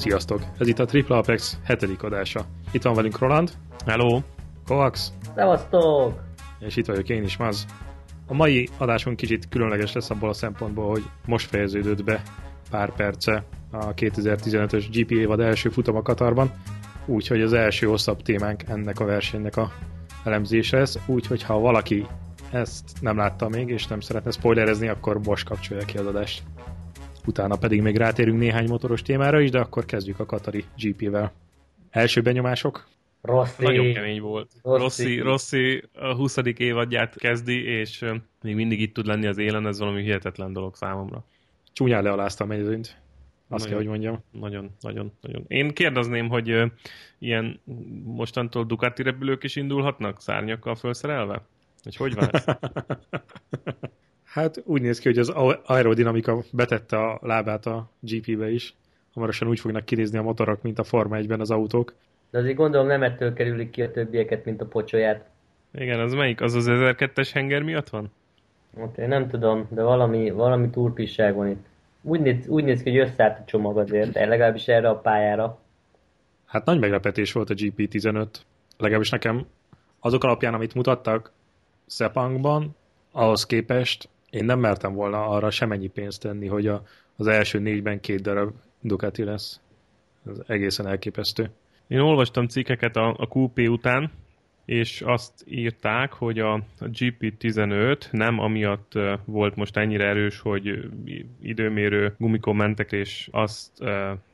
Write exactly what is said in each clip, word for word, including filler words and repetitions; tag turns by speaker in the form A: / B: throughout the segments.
A: Sziasztok! Ez itt a Triple Apex hetedik adása. Itt van velünk Roland.
B: Hello!
A: Kovacs.
C: Szevasztok!
A: És itt vagyok én is, Maz. A mai adásunk kicsit különleges lesz abból a szempontból, hogy most fejeződött be pár perce a kétezer-tizenötös gé pé évad első futama Katarban, úgyhogy az első hosszabb témánk ennek a versenynek a elemzése lesz, úgyhogy ha valaki ezt nem látta még, és nem szeretne spoilerezni, akkor most kapcsolja ki az adást. Utána pedig még rátérünk néhány motoros témára is, de akkor kezdjük a katari gé pével. Első benyomások?
C: Rossi.
B: Nagyon kemény volt.
C: Rossi.
B: Rossi, Rossi a huszadik évadját kezdi, és még mindig itt tud lenni az élen, ez valami hihetetlen dolog számomra.
A: Csúnyán lealázta a mezőnyt. Azt
B: Nagyon,
A: kell, hogy mondjam.
B: Nagyon, nagyon, nagyon. Én kérdezném, hogy uh, ilyen mostantól Ducati repülők is indulhatnak szárnyakkal felszerelve? Hogy hogy van ez?
A: Hát úgy néz ki, hogy az aerodinamika betette a lábát a gé pébe is. Hamarosan úgy fognak kinézni a motorok, mint a Forma egyben az autók.
C: De azért gondolom nem ettől kerülik ki a többieket, mint a pocsolyát.
B: Igen, az melyik? Az az ezerkettes henger miatt van?
C: Hát én nem tudom, de valami, valami turpisság van itt. Úgy néz, úgy néz ki, hogy összeállt a csomag azért, de legalábbis erre a pályára.
A: Hát nagy meglepetés volt a gé pé tizenöt. Legalábbis nekem azok alapján, amit mutattak Sepangban, ahhoz képest én nem mertem volna arra semennyi pénzt tenni, hogy a, az első négyben két darab Ducati lesz. Ez egészen elképesztő.
B: Én olvastam cikkeket a, a kú pé után, és azt írták, hogy a, a gé pé tizenöt nem amiatt volt most ennyire erős, hogy időmérő gumikon mentek, és azt uh,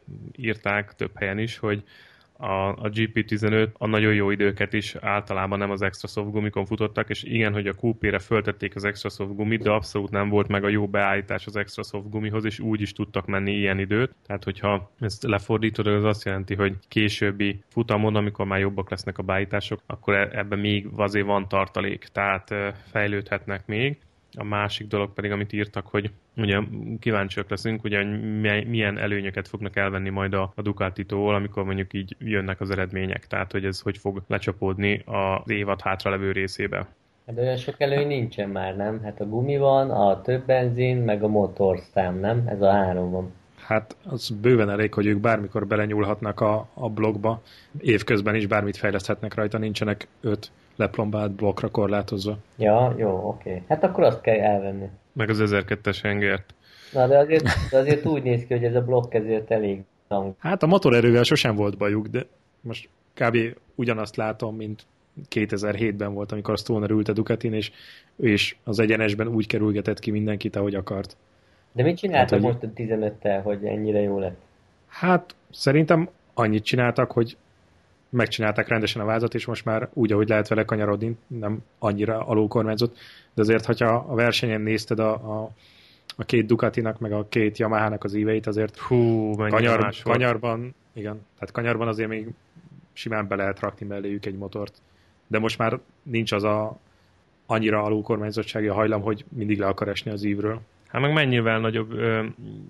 B: írták több helyen is, hogy a, a gé pé tizenöt a nagyon jó időket is általában nem az extra soft gumikon futottak, és igen, hogy a kú pére föltették az extra soft gumit, de abszolút nem volt meg a jó beállítás az extra soft gumihoz, és úgy is tudtak menni ilyen időt. Tehát, hogyha ezt lefordítod, az azt jelenti, hogy későbbi futamon, amikor már jobbak lesznek a beállítások, akkor ebben még azért van tartalék, tehát fejlődhetnek még. A másik dolog pedig, amit írtak, hogy ugye kíváncsiak leszünk, ugye, hogy milyen előnyöket fognak elvenni majd a, a Ducatitól, amikor mondjuk így jönnek az eredmények. Tehát, hogy ez hogy fog lecsapódni az évad hátralevő részébe.
C: De olyan sok előny nincsen már, nem? Hát a gumi van, a több benzin, meg a motorszám, nem? Ez a három van.
A: Hát az bőven elég, hogy ők bármikor belenyúlhatnak a, a blokkba. Évközben is bármit fejleszthetnek rajta, nincsenek öt leplombált blokkra korlátozva.
C: Ja, jó, oké. Okay. Hát akkor azt kell elvenni.
B: Meg az ezerkettes hengert.
C: Na, de azért, de azért úgy néz ki, hogy ez a blokk ezért elég.
A: Hát a motorerővel sosem volt bajuk, de most kb. Ugyanazt látom, mint kétezer-hétben volt, amikor a Stoner ült a Ducatin, és ő is az egyenesben úgy kerülgetett ki mindenkit, ahogy akart.
C: De mit csináltak
A: hát,
C: most a tizenöttel, hogy ennyire jó lett?
A: Hát szerintem annyit csináltak, hogy megcsinálták rendesen a vázat, és most már úgy, ahogy lehet vele kanyarodni, nem annyira alulkormányzott, de azért, hogyha a versenyen nézted a, a, a két Ducatinak, meg a két Yamahának az íveit, azért
B: hú,
A: kanyar, kanyarban, igen, tehát kanyarban azért még simán be lehet rakni melléjük egy motort, de most már nincs az a annyira alulkormányzottsági hajlam, hogy mindig le akar esni az ívről.
B: Hát meg mennyivel nagyobb ö,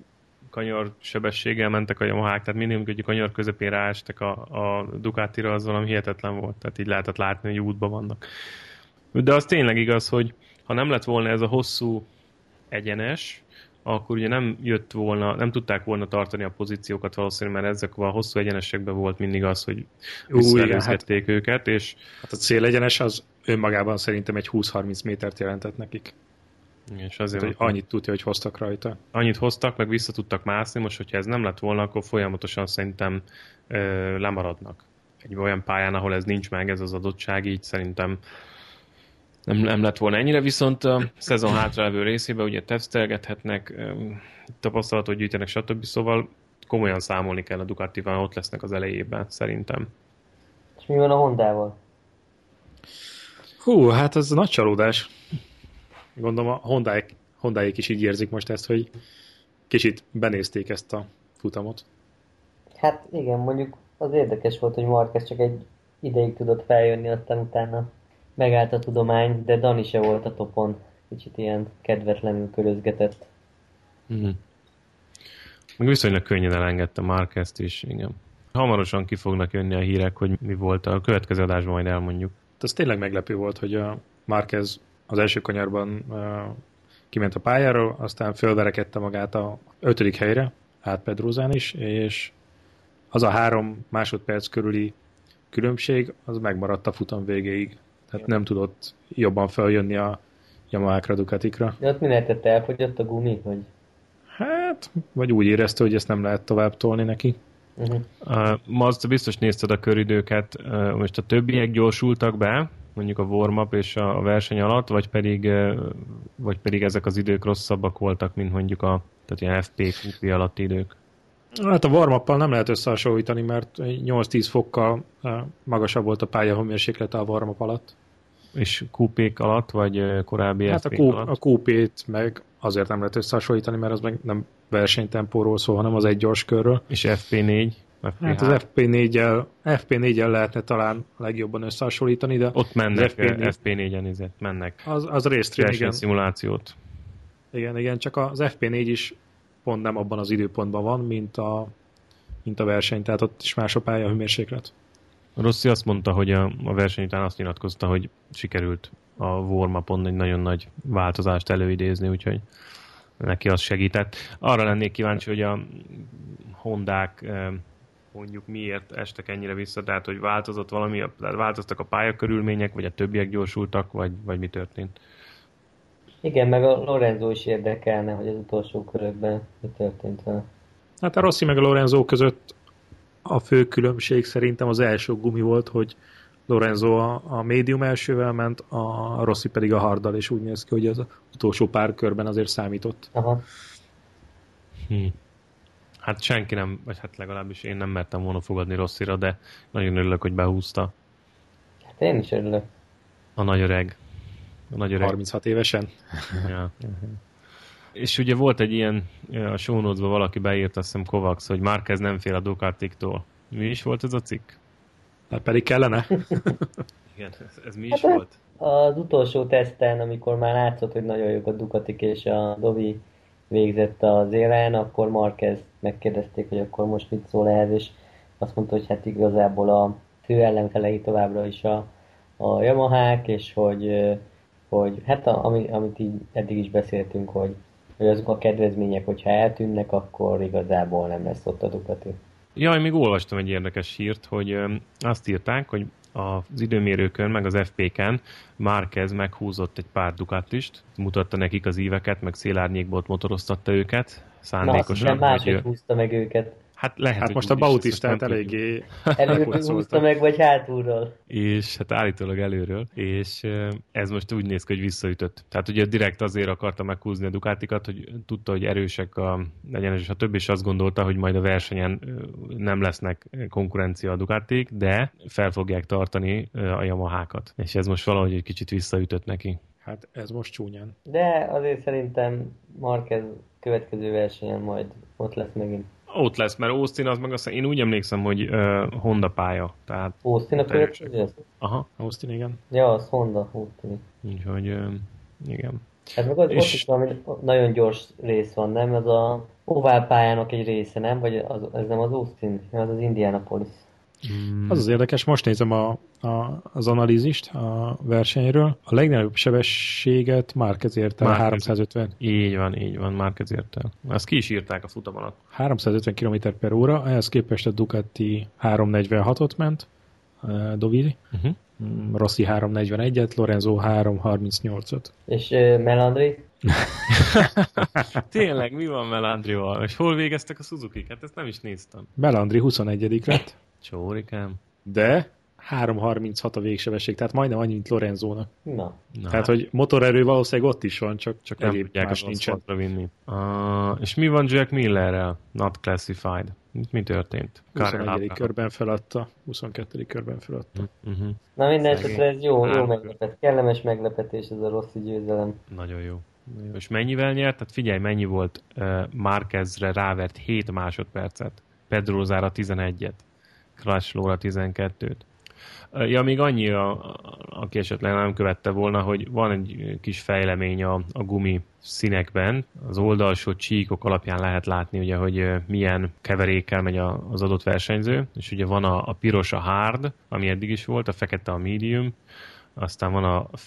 B: kanyar sebességgel mentek a Yamahák, tehát mindig, hogy a kanyar közepére ástak a, a Ducatira, az valami hihetetlen volt, tehát így lehetett látni, hogy útban vannak. De az tényleg igaz, hogy ha nem lett volna ez a hosszú egyenes, akkor ugye nem jött volna, nem tudták volna tartani a pozíciókat valószínűleg, mert ezek a hosszú egyenesekben volt mindig az, hogy visszaelőzgették hát, őket, és...
A: Hát a célegyenes az önmagában szerintem egy húsz-harminc métert jelentett nekik.
B: És azért
A: hát, hogy annyit tudja, hogy hoztak rajta.
B: Annyit hoztak, meg vissza tudtak mászni, most hogyha ez nem lett volna, akkor folyamatosan szerintem ö, lemaradnak. Egy olyan pályán, ahol ez nincs meg, ez az adottság, így szerintem nem, nem lett volna ennyire, viszont a szezon hátralevő részében ugye tesztelgethetnek, tapasztalatot gyűjtenek, stb. Szóval komolyan számolni kell a Ducatival, ott lesznek az elejében, szerintem.
C: És mi van a Hondával?
A: Hú, hát ez nagy csalódás. Gondolom a Hondáik, Hondáik is így érzik most ezt, hogy kicsit benézték ezt a futamot.
C: Hát igen, mondjuk az érdekes volt, hogy Marquez csak egy ideig tudott feljönni, aztán utána megállt a tudomány, de Dani se volt a topon. Kicsit ilyen kedvetlenül körözgetett.
B: Mm. Meg viszonylag könnyen elengedte Marquezt is, igen. Hamarosan ki fognak jönni a hírek, hogy mi volt a következő adásban, majd elmondjuk.
A: Ez tényleg meglepő volt, hogy a Marquez az első kanyarban uh, kiment a pályáról, aztán fölverekedte magát a ötödik helyre, át Pedrózán is, és az a három másodperc körüli különbség, az megmaradt a futam végéig. Tehát nem tudott jobban feljönni a Yamahákra, Ducatikra.
C: De ott mi lehetett, elfogyott a gumi, hogy...
A: Hát, vagy úgy érezte, hogy ezt nem lehet tovább tolni neki.
B: Uh-huh. Uh, Mazda, biztos nézted a köridőket, uh, most a többiek gyorsultak be, mondjuk a warm-up és a, a verseny alatt, vagy pedig, uh, vagy pedig ezek az idők rosszabbak voltak, mint mondjuk a tehát ilyen ef pé, kú pé alatti idők?
A: Hát a warm-uppal nem lehet összehasonlítani, mert nyolc-tíz fokkal uh, magasabb volt a pályahőmérséklete a warm-up alatt.
B: És kú pék alatt, vagy korábbi
A: hát
B: ef pé
A: a, Q,
B: alatt?
A: a kú pét meg azért nem lehet összehasonlítani, mert az meg nem versenytempóról szól, hanem az egy gyors körről.
B: És ef pé négy? ef pé
A: hát az ef pé négyel, ef pé négyel lehetne talán legjobban összehasonlítani, de...
B: Ott mennek
A: ef pé négy,
B: ef pé négyen izet, mennek.
A: Az, az résztream, igen.
B: Szimulációt.
A: Igen, igen, csak az ef pé négy is pont nem abban az időpontban van, mint a, mint a verseny, tehát ott is más a pályahőmérséklet.
B: Rossi azt mondta, hogy a, a verseny után azt nyilatkozta, hogy sikerült a warm-upon egy nagyon nagy változást előidézni, úgyhogy neki az segített. Arra lennék kíváncsi, hogy a Hondák mondjuk miért estek ennyire vissza, tehát hogy változott valami, tehát változtak a pályakörülmények, vagy a többiek gyorsultak, vagy, vagy mi történt?
C: Igen, meg a Lorenzo is érdekelne, hogy az utolsó körökben mi történt vele.
A: Hát a Rossi meg a Lorenzo között a fő különbség szerintem az első gumi volt, hogy Lorenzo a, a médium elsővel ment, a Rossi pedig a harddal, és úgy néz ki, hogy az utolsó pár körben azért számított.
C: Aha.
B: Hm. Hát senki nem, vagy hát legalábbis én nem mertem volna fogadni Rossira, de nagyon örülök, hogy behúzta.
C: Hát én is örülök.
B: A nagy öreg. A nagy öreg.
A: harminchat évesen.
B: Ja. És ugye volt egy ilyen, a show notes-ba valaki beírt, azt hiszem Kovacs, hogy Márquez nem fél a Ducatiktól. Mi is volt ez a cikk?
A: Hát pedig kellene.
B: Igen, ez, ez mi is
C: hát
B: volt?
C: Az utolsó teszten, amikor már látszott, hogy nagyon jók a Ducatik és a Dovi végzett az élen, akkor Márquez megkérdezték, hogy akkor most mit szól ehhez, és azt mondta, hogy hát igazából a fő ellenfelei továbbra is a, a Yamahák, és hogy, hogy hát a, ami, amit így eddig is beszéltünk, hogy, hogy azok a kedvezmények, hogyha eltűnnek, akkor igazából nem lesz ott a Ducati.
B: Jaj, még olvastam egy érdekes hírt, hogy azt írták, hogy az időmérőkön, meg az ef pé-ken Márquez meghúzott egy pár Ducatist, mutatta nekik az íveket, meg szélárnyékból motoroztatta őket szándékosan.
C: Na, azt hiszem máshogy húzta meg őket.
B: Hát lehet,
A: hát most a Bautistát eléggé
C: előről húzta meg, vagy hátulról.
B: És hát állítólag előről, és ez most úgy néz ki, hogy visszaütött. Tehát ugye direkt azért akarta meghúzni a Ducatikat, hogy tudta, hogy erősek a legyenes, és a többi, és azt gondolta, hogy majd a versenyen nem lesznek konkurencia a Ducatik, de fel fogják tartani a Yamahákat. És ez most valahogy egy kicsit visszaütött neki.
A: Hát ez most csúnyán.
C: De azért szerintem Márquez következő versenyen majd ott lesz megint.
B: Ott lesz, mert Austin az meg azt én úgy emlékszem, hogy uh, Honda pálya. Tehát
C: Austin a következő?
B: Aha.
A: Austin, igen.
C: Ja, az Honda, Austin.
B: Úgyhogy, uh, igen.
C: Hát meg az,
B: és...
C: ott is valami nagyon gyors rész van, nem? Ez a ovál pályának egy része, nem? Vagy az, ez nem az Austin, az az Indianapolis.
A: Hmm. Az az érdekes, most nézem a, a, az analízist a versenyről. A legnagyobb sebességet Márquez ért el, háromszázötven.
B: Így van, így van, Márquez ért el. Ezt ki is írták a futam alatt.
A: háromszázötven kilométer per óra, ehhez képest a Ducati háromszáznegyvenhatot ment, uh, Dovidi, uh-huh. Rossi háromszáznegyvenegyet, Lorenzo háromszázharmincnyolcot.
C: És uh, Melandri?
B: Tényleg, mi van Melandrival? És hol végeztek a Suzuki-k? Hát ezt nem is néztem.
A: Melandri huszonegyedik lett.
B: Csórikám.
A: De háromszázharminchat a végsebesség, tehát majdnem annyi, mint Lorenzónak.
C: Na.
A: Na. Tehát, hogy motorerő valószínűleg ott is van, csak, csak
B: nem
A: egyéb
B: tudják
A: más nincsen.
B: vinni. Uh, és mi van Jack Millerrel? Not classified. Mi történt?
A: huszonegyedik körben feladta, huszonkettődik körben feladta.
B: Uh-huh.
C: Na minden esetre ez jó, jó meglepet. Kellemes meglepetés ez a Rossi győzelem.
B: Nagyon jó. És mennyivel nyert? Tehát figyelj, mennyi volt uh, Márquezre rávert hét másodpercet, Pedrozára tizenegyet, Crutchlowra tizenkettőt. Ja, még annyi, a, aki esetleg nem követte volna, hogy van egy kis fejlemény a, a gumi színekben. Az oldalsó csíkok alapján lehet látni, ugye, hogy milyen keverékkel megy a, az adott versenyző, és ugye van a, a piros a hard, ami eddig is volt, a fekete a medium, aztán van a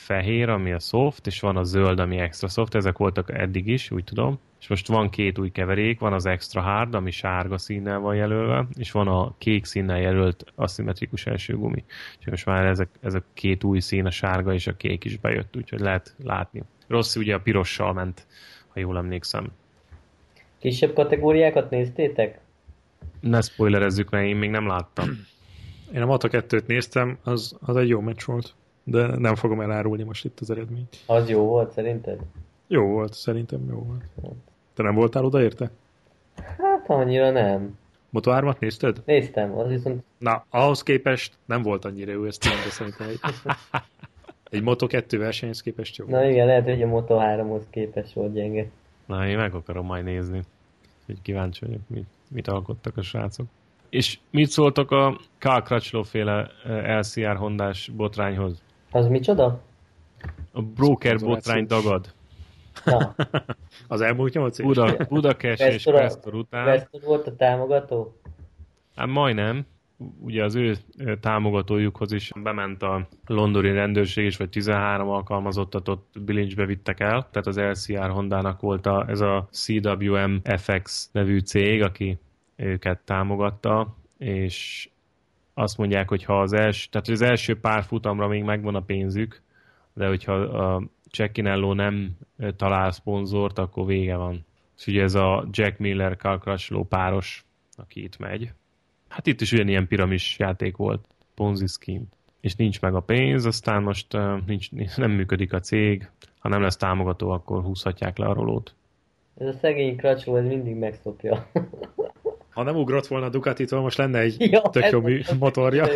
B: fehér, ami a soft, és van a zöld, ami extra soft, ezek voltak eddig is, úgy tudom. És most van két új keverék, van az extra hard, ami sárga színnel van jelölve, és van a kék színnel jelölt aszimmetrikus első gumi. És most már ezek, ezek két új szín, a sárga és a kék is bejött, úgyhogy lehet látni. Rossi ugye a pirossal ment, ha jól emlékszem.
C: Kisebb kategóriákat néztétek?
B: Ne spoilerezzük, mert én még nem láttam.
A: Én a Moto kettőt néztem, az, az egy jó meccs volt, de nem fogom elárulni most itt az eredményt.
C: Az jó volt szerinted?
A: Jó volt, szerintem jó volt. Te nem voltál oda érte?
C: Hát annyira nem.
A: Moto hármat nézted?
C: Néztem, az viszont...
A: Na, ahhoz képest nem volt annyira jó, ezt tudom, de szerintem egy, egy Moto kettő versenyhez képest jó.
C: Na igen, lehet, hogy a Moto háromhoz képest volt gyenge.
B: Na, én meg akarom majd nézni. Hogy kíváncsi vagyok, mit, mit alkottak a srácok. És mit szóltak a Cal Crutchlow féle el cé er Hondás botrányhoz?
C: Az micsoda?
B: A broker botrány dagad.
C: Na.
A: Az elmúlt nyolc év?
B: Buda, Budakes és Questor után.
C: Questor volt a támogató?
B: Hát majdnem. Ugye az ő támogatójukhoz is bement a londoni rendőrség is, vagy tizenhárom alkalmazottat ott bilincsbe vittek el. Tehát az el cé er Hondának volt a, ez a cé dupla vé em ef iksz nevű cég, aki őket támogatta, és azt mondják, hogy ha az első, tehát az első pár futamra még megvan a pénzük, de hogyha a Cecchinello nem talál szponzort, akkor vége van. És ugye ez a Jack Miller Cal Crutchlow páros, aki itt megy. Hát itt is ugyanilyen piramis játék volt, Ponzi scheme. És nincs meg a pénz, aztán most uh, nincs, nem működik a cég, ha nem lesz támogató, akkor húzhatják le a rolót.
C: Ez a szegény Crutchlow, ez mindig megszopja.
A: Ha nem ugrott volna a Ducatitól, most lenne egy
C: ja,
A: tök jó mű, motorja.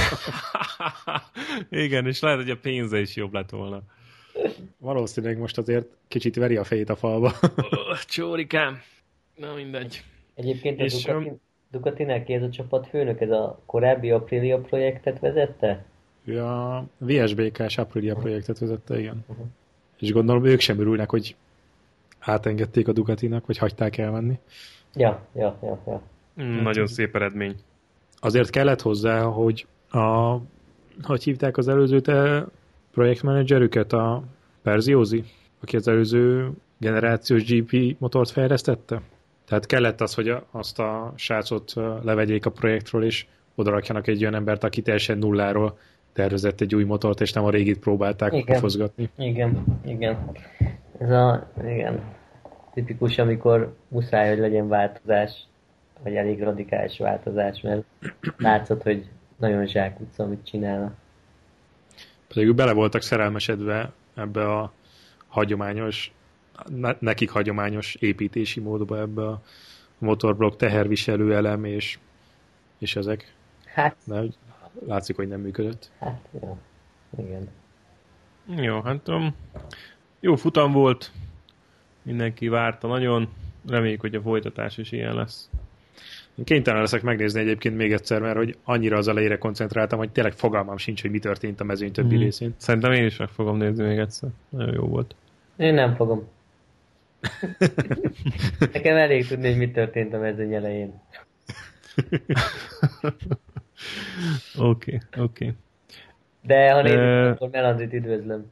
B: Igen, és lehet, hogy a pénze is jobb lett volna.
A: Valószínűleg most azért kicsit veri a fejét a falba.
B: Oh, csórikám. Na mindegy.
C: Egyébként a
B: És,
C: Ducati,
B: um,
C: Ducatinál ki ez a csapatfőnök, ez a korábbi Aprilia projektet vezette?
A: Ő a vé es bé ká-s Aprilia projektet vezette, igen. Uh-huh. És gondolom ők sem örülnek, hogy átengedték a Ducatinak, vagy hagyták elmenni.
C: Ja, ja, ja, ja.
B: Mm, nagyon szép eredmény.
A: Azért kellett hozzá, hogy a, hogy hívták az előző te projektmenedzserüket, a Perziózi, aki az előző generációs gé pé motort fejlesztette. Tehát kellett az, hogy a, azt a srácot levegyék a projektről, és odarakjanak egy olyan embert, aki teljesen nulláról tervezett egy új motort, és nem a régit próbálták kifozgatni.
C: Igen, igen. Ez a, igen, tipikus, amikor muszáj, hogy legyen változás, vagy elég radikális változás, mert látszott, hogy nagyon zsákutca, amit csinálnak.
A: Pedig bele voltak szerelmesedve ebbe a hagyományos, nekik hagyományos építési módba, ebbe a motorblock teherviselő elem, és, és ezek.
C: Hát.
A: De látszik, hogy nem működött.
C: Hát, jó. Igen.
B: Jó, hát um, jó futam volt. Mindenki várta nagyon. Reméljük, hogy a folytatás is ilyen lesz.
A: Én kénytelen leszek megnézni egyébként még egyszer, mert hogy annyira az elejére koncentráltam, hogy tényleg fogalmam sincs, hogy mi történt a mezőny többi mm. részén.
B: Szerintem én is meg fogom nézni még egyszer. Nagyon jó volt.
C: Én nem fogom. Nekem elég tudni, hogy mi történt a mezőny elején.
B: Oké, oké. Okay, okay.
C: De ha nézzük, uh... akkor Melandrit üdvözlöm.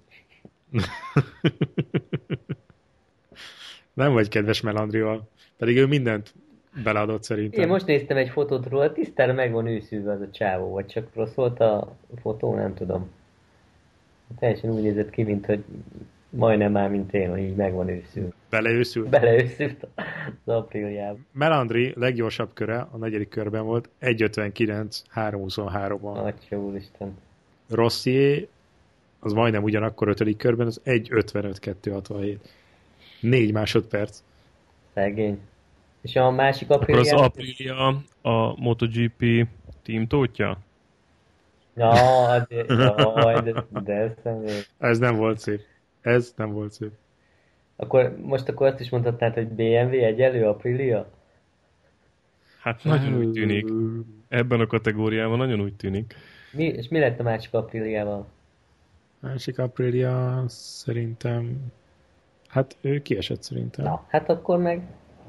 A: Nem vagy kedves Melandrival, pedig ő mindent beleadott szerintem.
C: Én most néztem egy fotót róla, tisztára meg van őszülve az a csávó, vagy csak rossz volt a fotó, nem tudom. Teljesen úgy nézett ki, mint hogy majdnem már, mint én, hogy így meg van őszül.
A: Beleőszült?
C: Beleőszült az Apriliában.
A: Melandri leggyorsabb köre a negyedik körben volt egy ötvenkilenc három huszonhárom-ban.
C: Atya úristen.
A: Rossier az majdnem ugyanakkor ötödik körben, az egy ötvenöt kettő hatvanhét. Négy másodperc.
C: Szegény. És a másik Aprilia...
B: Akkor az Aprilia a MotoGP team tótja?
C: Ja, de, jaj, de, de ez nem jó.
A: Ez nem volt szép. Ez nem volt szép.
C: Akkor most akkor azt is mondhatnád, hogy bé em vé egyelő Aprilia?
B: Hát nagyon úgy tűnik. Ebben a kategóriában nagyon úgy tűnik.
C: Mi, és mi lett a másik Apriliával?
A: Másik Aprilia szerintem... Hát ő kiesett szerintem.
C: Na, hát akkor meg...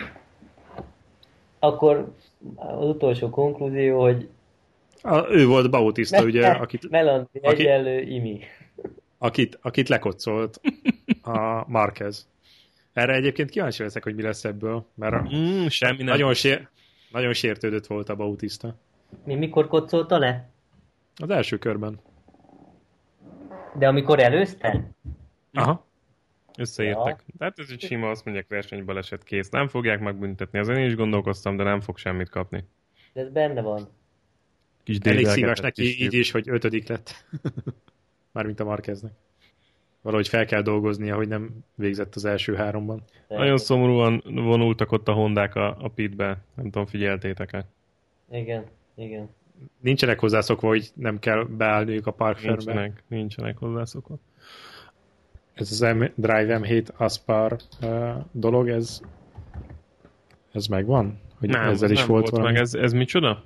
C: Akkor az utolsó konklúzió, hogy...
A: A, ő volt Bautista,
C: Me-
A: ugye? Akit,
C: Melandri
A: aki...
C: egyenlő Imi.
A: akit, akit lekocolt a Marquez. Erre egyébként kíváncsi leszek, hogy mi lesz ebből, mert
B: mm, semmi nem.
A: Nagyon, sér, nagyon sértődött volt a Bautista.
C: Mi mikor kocolta le?
A: Az első körben.
C: De amikor előzte?
A: Aha.
B: Összeértek. Ja. Tehát ez egy sima, azt mondják, versenybaleset kész. Nem fogják megbüntetni. Azon én is gondolkoztam, de nem fog semmit kapni.
C: De ez benne van.
B: Kis
A: Elég szíves neki így is, hogy ötödik lett. Mármint a Marqueznek. Valahogy fel kell dolgoznia, hogy nem végzett az első háromban.
B: Nagyon szomorúan vonultak ott a Hondák a, a pitbe. Nem tudom, figyeltétek-e?
C: Igen, igen.
A: Nincsenek hozzászokva, hogy nem kell beállniuk a parkferbe.
B: Nincsenek, nincsenek hozzászokva.
A: Ez az M- Drive em hét Aspar uh, dolog, ez ez megvan? Hogy
B: nem,
A: ezzel is
B: nem
A: volt,
B: volt
A: valami?
B: meg. Ez, ez micsoda?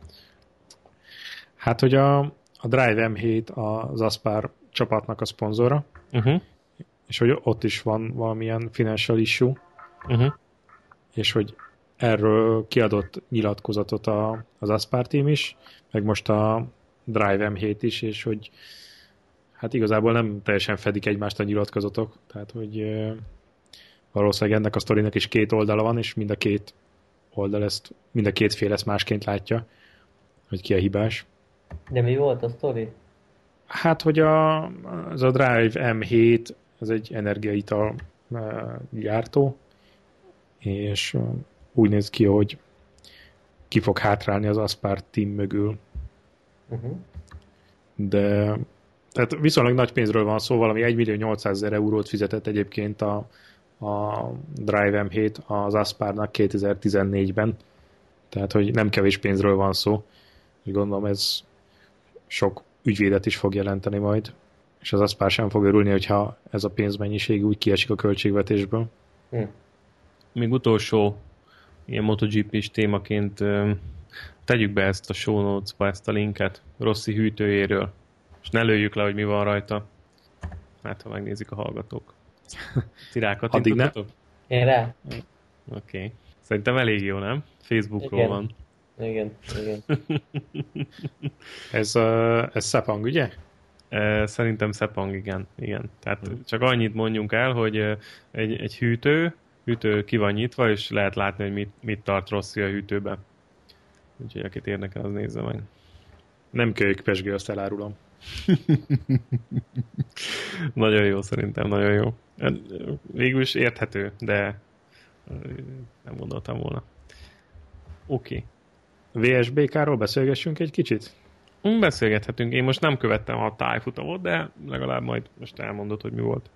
A: Hát, hogy a, a Drive em hét az Aspar csapatnak a szponzora,
B: Uh-huh.
A: és hogy ott is van valamilyen financial issue,
B: Uh-huh.
A: és hogy erről kiadott nyilatkozatot a, az Aspar team is, meg most a Drive em hét is, és hogy hát igazából nem teljesen fedik egymást a nyilatkozatok, tehát hogy e, valószínűleg ennek a sztorinak is két oldala van, és mind a két oldal ezt, mind a két fél ezt másként látja, hogy ki a hibás.
C: De mi volt a sztori?
A: Hát, hogy a, az a Drive em hét, ez egy energiaital e, gyártó, és e, úgy néz ki, hogy ki fog hátrálni az Aspar team mögül.
C: Uh-huh.
A: De tehát viszonylag nagy pénzről van szó, valami egymillió nyolcszázezer eurót fizetett egyébként a, a Drive em hét az Asparnak kétezer-tizennégyben. Tehát, hogy nem kevés pénzről van szó. Úgy gondolom, ez sok ügyvédet is fog jelenteni majd, és az Aspar sem fog örülni, hogyha ez a pénzmennyiség úgy kiesik a költségvetésből.
C: Hm.
B: Még utolsó ilyen MotoGP-s témaként tegyük be ezt a show notes-ba, ezt a linket Rossi hűtőjéről, és ne lőjük le, hogy mi van rajta. Hát, ha megnézik a hallgatók. Ti rákattintottatok?
C: Én rá?
B: Oké. Okay. Szerintem elég jó, nem? Facebookról
C: Igen.
B: van.
C: Igen, igen.
A: ez, uh, ez Sepang, ugye?
B: Szerintem Sepang, igen. igen. Tehát hmm. csak annyit mondjunk el, hogy egy, egy hűtő, hűtő ki van nyitva, és lehet látni, hogy mit, mit tart Rossi a hűtőben. Úgyhogy akit érdekel, az nézze meg.
A: Nem kölyök pesgő, azt elárulom.
B: Nagyon jó, szerintem, nagyon jó. Végül is érthető, de nem gondoltam volna. Oké. Okay.
A: vé es bé ká-ról beszélgessünk egy kicsit?
B: Beszélgethetünk. Én most nem követtem a tájfutamot, de legalább majd most elmondod, hogy mi volt.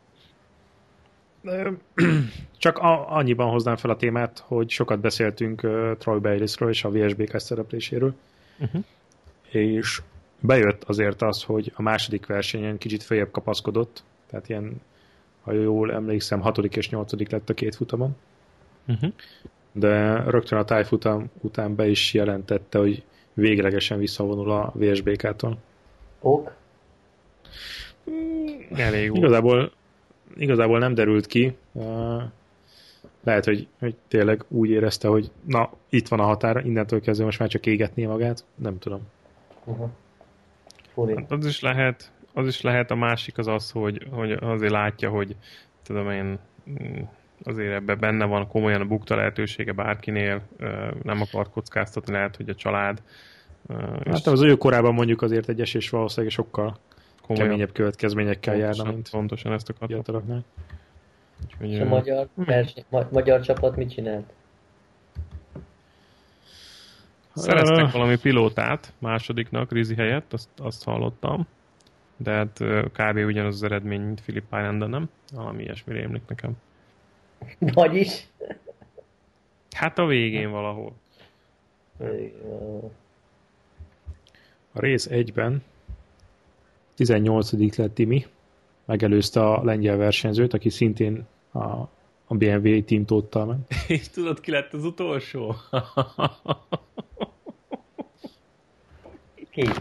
A: Csak a, annyiban hoznám fel a témát, hogy sokat beszéltünk uh, Troy Bayliss-ről és a vé es bé ká szerepléséről, uh-huh. és bejött azért az, hogy a második versenyen kicsit följebb kapaszkodott, tehát ilyen, ha jól emlékszem, hatodik és nyolcadik lett a két futamon, uh-huh. de rögtön a tájfutam után be is jelentette, hogy véglegesen visszavonul a vé es bé ká-tól.
C: Ok?
B: Elég jó.
A: Igazából Igazából nem derült ki. Lehet, hogy, hogy tényleg úgy érezte, hogy na, itt van a határ, innentől kezdve most már csak égetné magát. Nem tudom.
C: Uh-huh.
B: Hát az is lehet, az is lehet, a másik az az, hogy, hogy azért látja, hogy tudom én, azért ebben benne van komolyan a bukta lehetősége bárkinél, nem akar kockáztatni, lehet, hogy a család.
A: Hát az ő korában mondjuk azért egy esés valószínűleg sokkal komolyan, keményebb következményekkel
B: pontosan,
A: járna, mint
B: pontosan ezt akartam.
A: fiataloknál.
C: És a magyar, verseny, ma, magyar csapat mit csinált?
B: Szereztek valami pilótát másodiknak, Rizzi helyett, azt, azt hallottam. De hát kb. Ugyanaz az eredmény, mint Philip Island, nem? Valami ilyesmi rémlik nekem.
C: Vagyis?
B: Hát a végén valahol.
A: A rész egyben tizennyolcadik lett Timi, megelőzte a lengyel versenyzőt, aki szintén a, a bé em vé team tódtal meg.
B: És tudod, ki lett az utolsó?
C: Ki?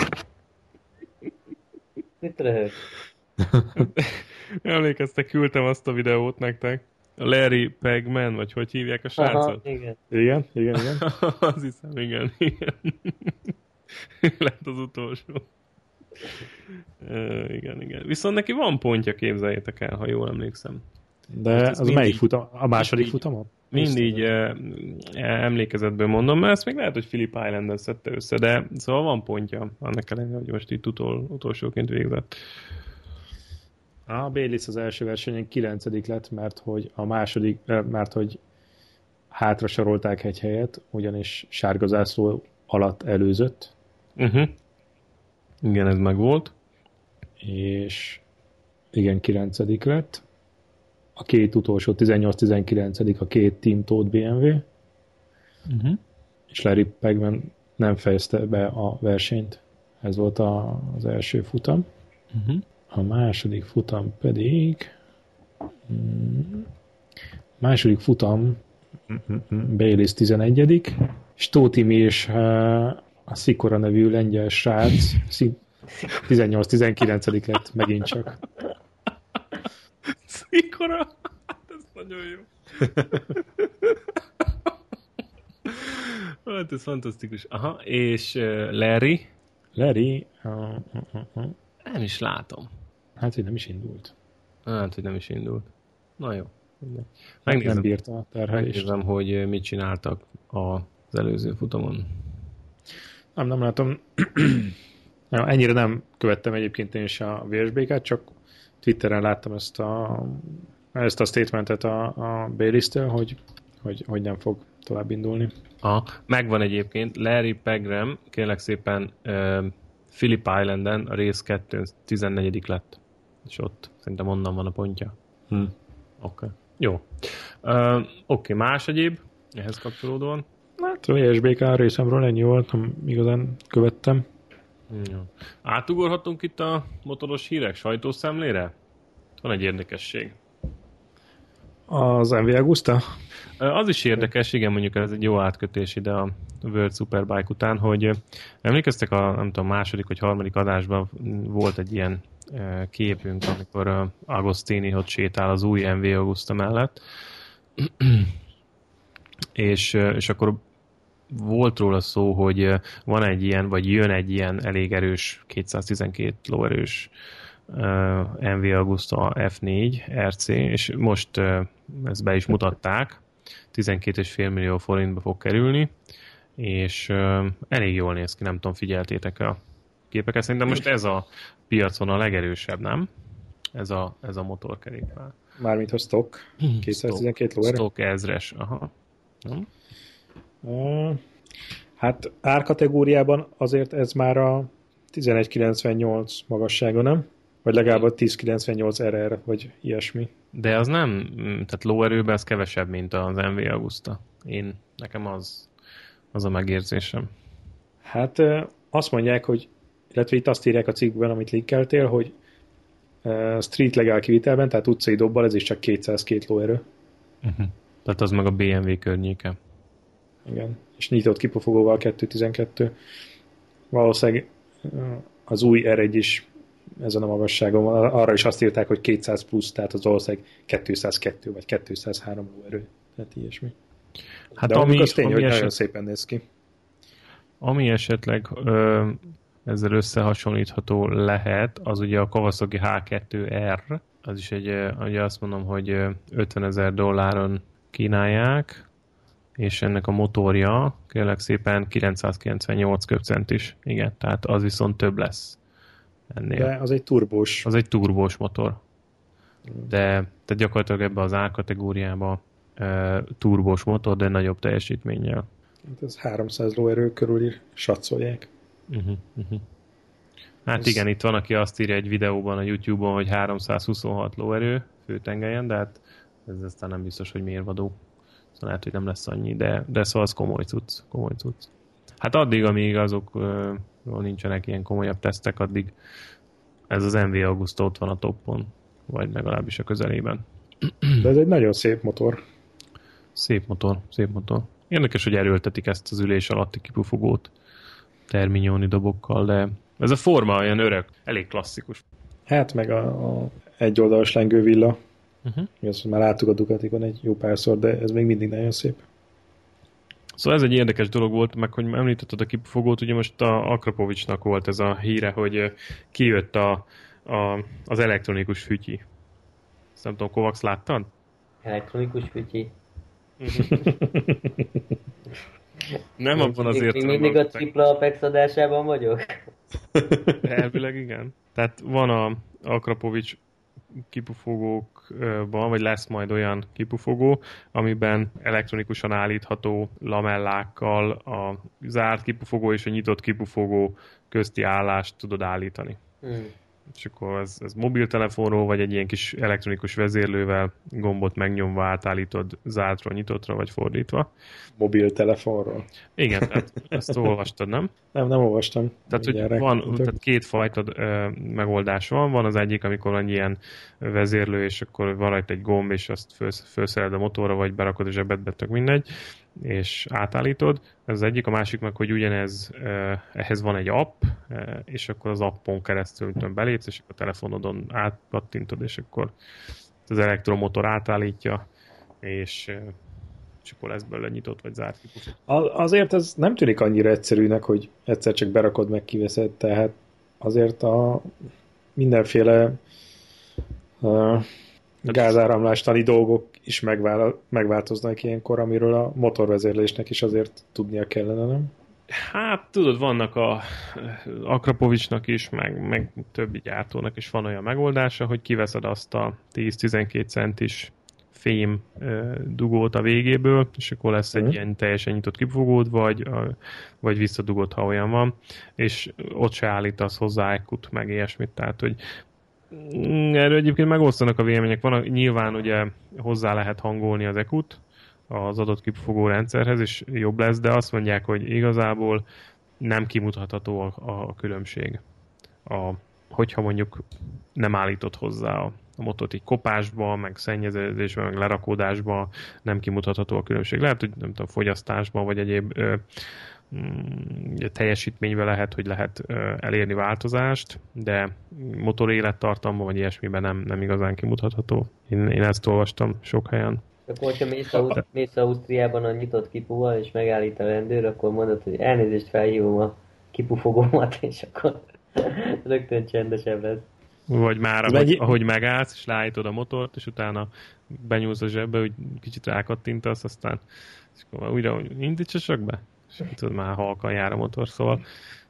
C: Mit röhög?
B: Emlékeztek, küldtem azt a videót nektek. A Larry Pegman, vagy hogy hívják a srácot?
C: Aha, igen.
A: Igen, igen, igen.
B: Azt hiszem, igen, igen. Lett az utolsó. Uh, igen, igen. Viszont neki van pontja, képzeljétek el, ha jól emlékszem.
A: De az mindig, melyik futam? A második futama?
B: Mindig uh, emlékezetből mondom, mert ezt még lehet, hogy Phillip Island-en szedte össze, de szóval van pontja, annak ellenére, hogy most itt utol, utolsóként végzett.
A: A Bayliss az első versenyen kilencedik lett, mert hogy a második, mert hogy hátra sorolták egy helyet, ugyanis sárga zászló alatt előzött.
B: Uh-huh. Igen, ez meg volt.
A: És igen, kilencedik lett. A két utolsó, tizennyolc-tizenkilencedik a két Team Todt bé em vé. Uh-huh. És Larry Pagman nem fejezte be a versenyt. Ez volt a, az első futam. Uh-huh. A második futam pedig mm, második futam Bayliss tizenegyedik és Tóth Imi és a Sikora nevű lengyel srác tizennyolc-tizenkilencedik lett megint csak.
B: Sikora? Ez nagyon jó. Hát ez fantasztikus. Aha, és uh, Larry?
A: Larry? Uh, uh, uh, uh.
B: Nem is látom.
A: Hát, hogy nem is indult.
B: Hát, hogy nem is indult. Na jó.
A: Megnézem, nem bírta a terhelést.
B: Megnézem, hogy mit csináltak az előző futamon.
A: Nem, nem látom. Ennyire nem követtem egyébként én is a vé es bé ká-t, csak Twitteren láttam ezt a, ezt a statementet a, a Bayliss-től, hogy, hogy, hogy nem fog tovább indulni.
B: Aha, megvan egyébként. Larry Pegram, kérlek szépen, uh, Phillip Islanden a rész kettőn tizennegyedik lett. És ott szerintem onnan van a pontja. Hm. Oké. Okay. Jó. Uh, Oké, okay. Más egyéb? Ehhez kapcsolódóan?
A: Hát a vé es bé ká részemről ennyi volt, nem igazán követtem.
B: Jó. Átugorhatunk itt a motoros hírek sajtószemlére? Van egy érdekesség.
A: Az em vé Agusta?
B: Az is érdekes, igen, mondjuk ez egy jó átkötés ide a World Superbike után, hogy emlékeztek a nem tudom, második vagy harmadik adásban volt egy ilyen képünk, amikor Agostini ott sétál az új em vé Agusta mellett, és, és akkor volt róla szó, hogy van egy ilyen, vagy jön egy ilyen elég erős, kétszáztizenkét lóerős em vé Agusta ef négy er cé, és most ezt be is mutatták, tizenkét egész öt millió forintba fog kerülni, és elég jól néz ki, nem tudom, figyeltétek a képeket. Szerintem most ez a piacon a legerősebb, nem? Ez a, ez a motorkerékpár.
A: Mármint a stock, kétszáztizenkét lóerő?
B: Stock ezres, aha. Nem?
A: Uh, hát árkategóriában azért ez már a tizenegy kilencvennyolc magassága, nem? Vagy legalább a tíz kilencvennyolc er er, vagy ilyesmi.
B: De az nem, tehát lóerőben ez kevesebb, mint az em vé Agusta. Én, nekem az, az a megérzésem.
A: Hát azt mondják, hogy, illetve itt azt írják a cikkben, amit linkeltél, hogy street legál kivitelben, tehát utcai dobbal ez is csak kétszázkettő lóerő.
B: Uh-huh. Tehát az meg a bé em vé környéke.
A: Igen, és nyitott kipufogóval kétszáztizenkettő. Valószínűleg az új er egy is ezen a magasságon van. Arra is azt írták, hogy kétszáz plusz, tehát az valószínűleg kétszázkettő vagy kétszázhárom lóerő. Tehát ilyesmi. Hát de ami, az tény, ami hogy eset... nagyon szépen néz ki.
B: Ami esetleg ö, ezzel összehasonlítható lehet, az ugye a Kawasaki há kettő er, az is egy, ugye azt mondom, hogy ötvenezer dolláron kínálják, és ennek a motorja kérlek szépen kilencszázkilencvennyolc köbcentis. Igen, tehát az viszont több lesz ennél.
A: De az egy turbós.
B: Az egy turbós motor. De tehát gyakorlatilag ebbe az árkategóriába e, turbós motor, de nagyobb teljesítménnyel.
A: Hát ez háromszáz lóerő körül satszolják.
B: Uh-huh, uh-huh. Hát ez... igen, itt van, aki azt írja egy videóban a YouTube-on, hogy háromszázhuszonhat lóerő főtengelyen, de hát ez aztán nem biztos, hogy mérvadó. Szóval lehet, hogy nem lesz annyi, de, de szóval az komoly cucc, komoly cucc. Hát addig, amíg azokról nincsenek ilyen komolyabb tesztek, addig ez az em vé Agusta ott van a toppon, vagy legalábbis a közelében.
A: De ez egy nagyon szép motor.
B: Szép motor, szép motor. Érdekes, hogy erőltetik ezt az ülés alatti kipufogót terminyóni dobokkal, de ez a forma olyan öreg, elég klasszikus.
A: Hát meg a, a egyoldalas lengővilla. Uh-huh. Igaz, már láttuk a Ducatikon egy jó párszor, de ez még mindig nagyon szép.
B: Szóval ez egy érdekes dolog volt, meg hogy említetted a kipufogót, ugye most a Akrapovicsnak volt ez a híre, hogy kijött a, a, az elektronikus fütyi. Ezt nem tudom, Kovacs láttad?
C: Elektronikus fütyi.
B: Nem abban az
C: Még mindig a tripla Apex adásában vagyok?
B: Elvileg igen. Tehát van a Akrapovics kipufogókban, vagy lesz majd olyan kipufogó, amiben elektronikusan állítható lamellákkal a zárt kipufogó és a nyitott kipufogó közti állást tudod állítani. Hmm. És akkor ez, ez mobiltelefonról, vagy egy ilyen kis elektronikus vezérlővel gombot megnyomva átállítod zártról nyitottra, vagy fordítva.
A: Mobiltelefonról?
B: Igen, tehát ezt olvastad, nem?
A: Nem, nem olvastam.
B: Tehát, hogy van, tehát két fajta ö, megoldás van. Van az egyik, amikor van ilyen vezérlő, és akkor van rajta egy gomb, és azt felszereled a motorra, vagy berakod a zsebedbe, tök mindegy, és átállítod. Ez az egyik, a másik meg, hogy ugyanez, ö, ehhez van egy app, ö, és akkor az appon keresztül tudom, belépsz, és akkor a telefonodon átpattintod, és akkor az elektromotor átállítja, és ö, és akkor lesz belőle nyitott vagy zárt kipufogó.
A: Azért ez nem tűnik annyira egyszerűnek, hogy egyszer csak berakod, meg kiveszed, tehát azért a mindenféle uh, gázáramlástani dolgok is megvál, megváltoznak ilyenkor, amiről a motorvezérlésnek is azért tudnia kellene, nem?
B: Hát tudod, vannak a Akrapovicsnak is, meg, meg többi gyártónak is van olyan megoldása, hogy kiveszed azt a tíz-tizenkét centis fém uh, dugót a végéből, és akkor lesz egy mm. ilyen teljesen nyitott kipufogód, vagy, uh, vagy visszadugott, ha olyan van, és ott se állítasz hozzá ekut, meg ilyesmit, tehát, hogy erről egyébként megosztanak a vélemények. Van, nyilván ugye hozzá lehet hangolni az ekut az adott kipufogó rendszerhez, és jobb lesz, de azt mondják, hogy igazából nem kimutatható a, a, a különbség. A, hogyha mondjuk nem állított hozzá a a motort így kopásba, meg szennyezésben, meg lerakódásba nem kimutatható a különbség. Lehet, hogy nem tudom, fogyasztásban, vagy egyéb ö, ö, teljesítményben lehet, hogy lehet ö, elérni változást, de motor élettartamban, vagy ilyesmiben nem, nem igazán kimutatható. Én, én ezt olvastam sok helyen.
C: Akkor, hogyha mész, Ausztri- mész Ausztriában a nyitott kipúval, és megállít a rendőr, akkor mondod, hogy elnézést, felhívom a kipufogómat, és akkor rögtön csendesebb lesz.
B: Vagy már, ahogy, ahogy megállsz, és leállítod a motort, és utána benyúlsz a zsebbe, hogy kicsit rákattintasz, aztán és akkor újra, hogy indítsasak be, és tudod, már halkan jár a motor, szóval...